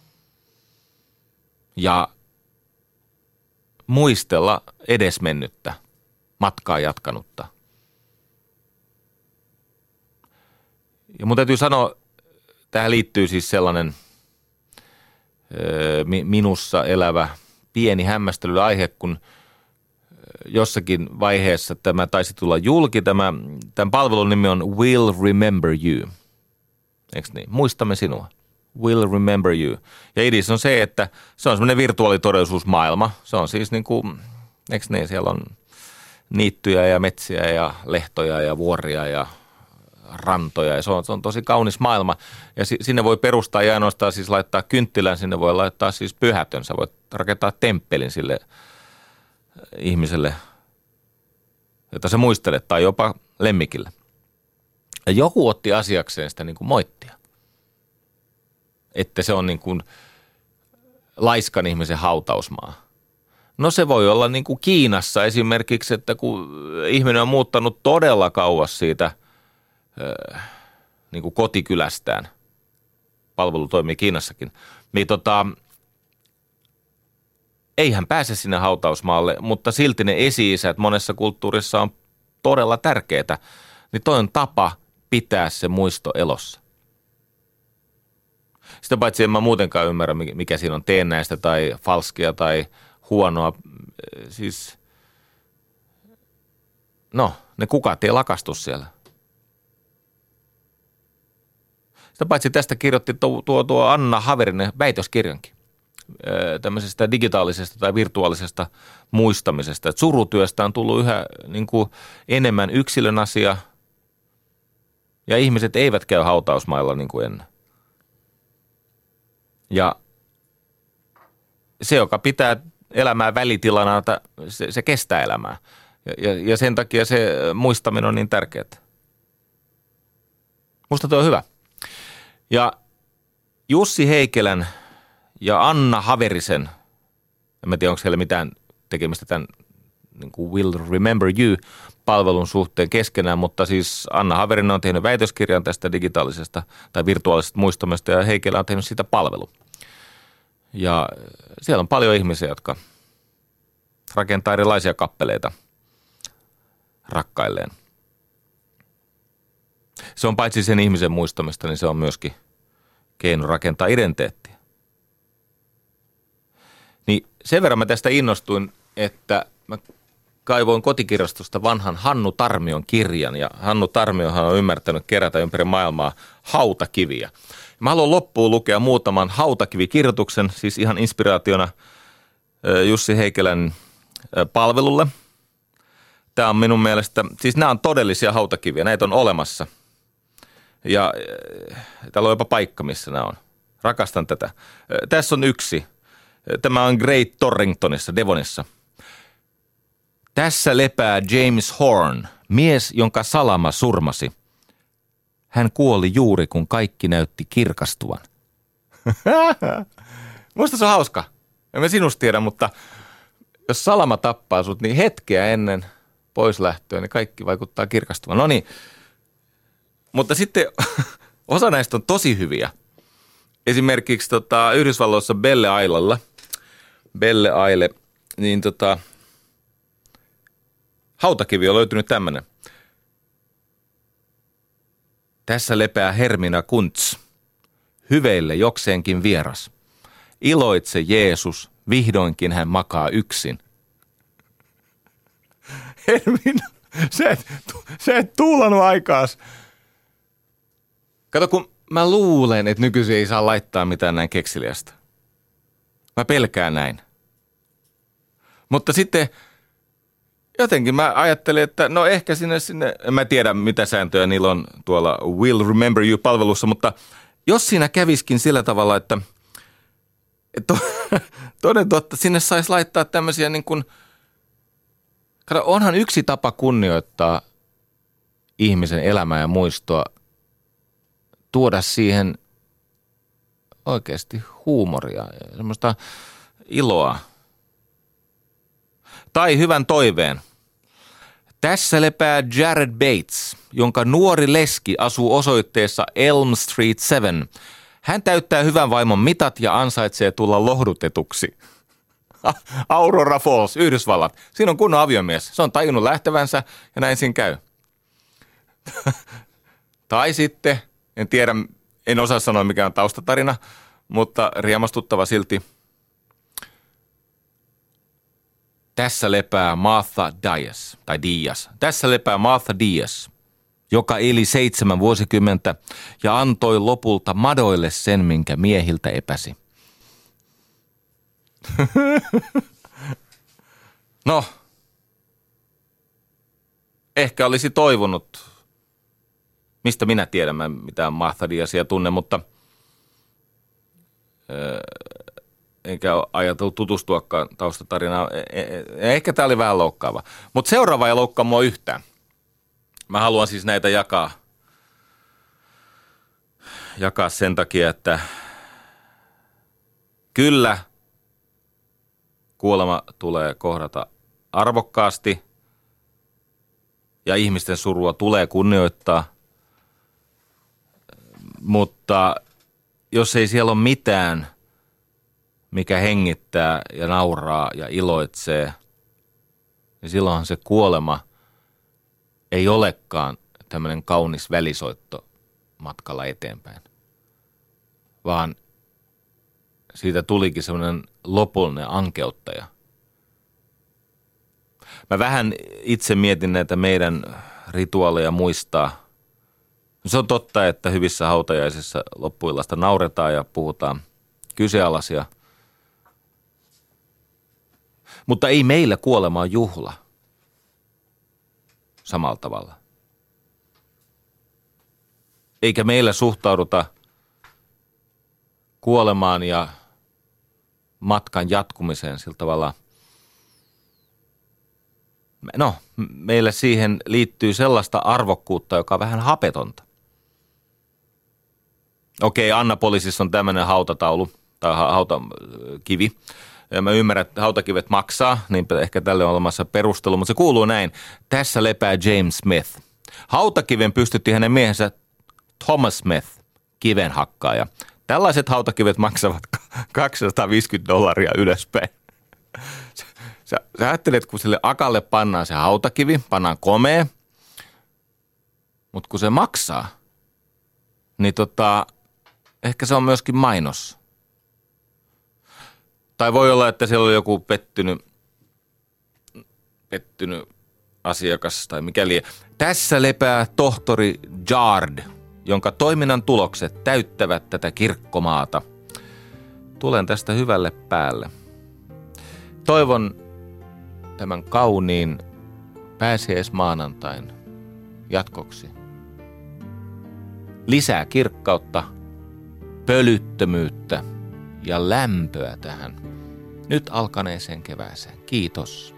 ja muistella edesmennyttä, matkaa jatkanutta. Ja mun täytyy sanoa, tähän liittyy siis sellainen minussa elävä pieni hämmästelyaihe, kun jossakin vaiheessa tämä taisi tulla julki. Tämän palvelun nimi on We'll Remember You. Eikö niin? Muistamme sinua. We'll Remember You. Ja idis on se, että se on semmoinen virtuaalitodellisuusmaailma. Se on siis niin kuin, eikö niin? Siellä on niittyjä ja metsiä ja lehtoja ja vuoria ja rantoja. Ja se on tosi kaunis maailma. Ja sinne voi perustaa ja ainoastaan siis laittaa kynttilän, sinne voi laittaa siis pyhätön. Sä voit rakentaa temppelin sille ihmiselle, jota sä muistelet, tai jopa lemmikille. Ja joku otti asiakseen sitä niin kuin moittia. Että se on niin kuin laiskan ihmisen hautausmaa. No se voi olla niin kuin Kiinassa esimerkiksi, että kun ihminen on muuttanut todella kauas siitä niin kuin kotikylästään, palvelu toimii Kiinassakin, niin ei hän pääse sinne hautausmaalle, mutta silti ne esi-isät monessa kulttuurissa on todella tärkeitä niin toi on tapa pitää se muisto elossa. Sitä paitsi en mä muutenkaan ymmärrä, mikä siinä on teennäistä tai falskia tai huonoa. Siis, no, ne kukat ei lakastu siellä. Sitä paitsi tästä kirjoitti tuo Anna Haverinen väitöskirjankin. Tämmöisestä digitaalisesta tai virtuaalisesta muistamisesta. Että surutyöstä on tullut yhä niin kuin enemmän yksilön asia ja ihmiset eivät käy hautausmailla niin kuin ennen. Ja se, joka pitää elämää välitilana, se kestää elämää. Ja sen takia se muistaminen on niin tärkeää. Musta tuo on hyvä. Ja Jussi Heikelän ja Anna Haverisen, en tiedä onko heillä mitään tekemistä tämän niin kuin Will Remember You-palvelun suhteen keskenään, mutta siis Anna Haverinen on tehnyt väitöskirjan tästä digitaalisesta tai virtuaalisesta muistamista ja Heikelä on tehnyt siitä palvelu. Ja siellä on paljon ihmisiä, jotka rakentaa erilaisia kappaleita rakkailleen. Se on paitsi sen ihmisen muistamista, niin se on myöskin keino rakentaa identiteettiä. Niin sen verran mä tästä innostuin, että mä kaivoin kotikirjastosta vanhan Hannu Tarmion kirjan. Ja Hannu Tarmiohan on ymmärtänyt kerätä ympäri maailmaa hautakiviä. Mä haluan loppuun lukea muutaman hautakivikirjoituksen, siis ihan inspiraationa Jussi Heikelän palvelulle. Tämä on minun mielestä, siis nämä on todellisia hautakiviä, näitä on olemassa. Ja täällä on jopa paikka, missä nämä on. Rakastan tätä. Tässä on yksi. Tämä on Great Torringtonissa, Devonissa. Tässä lepää James Horn, mies, jonka salama surmasi. Hän kuoli juuri, kun kaikki näytti kirkastuvan. Musta se on hauska. En mä sinusta tiedä, mutta jos salama tappaa sut, niin hetkeä ennen poislähtöä, niin kaikki vaikuttaa kirkastuvan. No niin, mutta sitten osa näistä on tosi hyviä. Esimerkiksi Yhdysvalloissa Belle Isle, niin hautakivi on löytynyt tämmönen. Tässä lepää Hermina Kuntz, hyveille jokseenkin vieras. Iloitse Jeesus, vihdoinkin hän makaa yksin. Hermina, sä et tuulannut aikaas. Kato, kun mä luulen, että nykyisin ei saa laittaa mitään näin keksiliästä. Mä pelkään näin. Mutta sitten jotenkin mä ajattelin, että no ehkä sinne, en mä tiedä mitä sääntöjä niillä on tuolla Will Remember You-palvelussa, mutta jos siinä käviskin sillä tavalla, että toden totta sinne saisi laittaa tämmöisiä niin kuin, kato, onhan yksi tapa kunnioittaa ihmisen elämää ja muistoa, tuoda siihen oikeasti huumoria ja semmoista iloa. Tai hyvän toiveen. Tässä lepää Jared Bates, jonka nuori leski asuu osoitteessa Elm Street 7. Hän täyttää hyvän vaimon mitat ja ansaitsee tulla lohdutetuksi. Aurora Falls, Yhdysvallat. Siinä on kunnon aviomies. Se on tajunnut lähtevänsä ja näin siinä käy. Tai sitten, en tiedä, en osaa sanoa mikä on taustatarina, mutta riemastuttava silti. Tässä lepää Martha Diaz. Tässä lepää Martha Diaz, joka eli 7 vuosikymmentä ja antoi lopulta madoille sen, minkä miehiltä epäsi. No, ehkä olisi toivonut, mistä minä tiedän, mä mitään Martha Diazia tunne, mutta enkä ajatellut tutustuakaan taustatarinaan. Ehkä tämä oli vähän loukkaava. Mutta seuraava ei loukkaa mua yhtään. Mä haluan siis näitä jakaa sen takia, että kyllä kuolema tulee kohdata arvokkaasti ja ihmisten surua tulee kunnioittaa, mutta jos ei siellä ole mitään, mikä hengittää ja nauraa ja iloitsee, niin silloinhan se kuolema ei olekaan tämmöinen kaunis välisoitto matkalla eteenpäin, vaan siitä tulikin semmoinen lopullinen ankeuttaja. Mä vähän itse mietin näitä meidän rituaaleja muistaa. Se on totta, että hyvissä hautajaisissa loppuillasta nauretaan ja puhutaan kyseenalaisia. Mutta ei meillä kuolema on juhla samalla tavalla. Eikä meillä suhtauduta kuolemaan ja matkan jatkumiseen sillä tavalla. No, meille siihen liittyy sellaista arvokkuutta, joka on vähän hapetonta. Okei, Annapolisissa on tämmöinen hautataulu tai hautakivi. Ja mä ymmärrän, että hautakivet maksaa, niin ehkä tälle on olemassa perustelu, mutta se kuuluu näin. Tässä lepää James Smith. Hautakiven pystytti hänen miehensä Thomas Smith, kivenhakkaaja. Tällaiset hautakivet maksavat $250 ylöspäin. Sä ajattelet, kun sille akalle pannaan se hautakivi, pannaan komea, mutta kun se maksaa, niin ehkä se on myöskin mainos. Tai voi olla, että siellä on joku pettynyt asiakas tai mikäli. Tässä lepää tohtori Jard, jonka toiminnan tulokset täyttävät tätä kirkkomaata. Tulen tästä hyvälle päälle. Toivon tämän kauniin pääsiäismaanantain jatkoksi lisää kirkkautta, pölyttömyyttä ja lämpöä tähän nyt alkaneeseen kevääseen. Kiitos.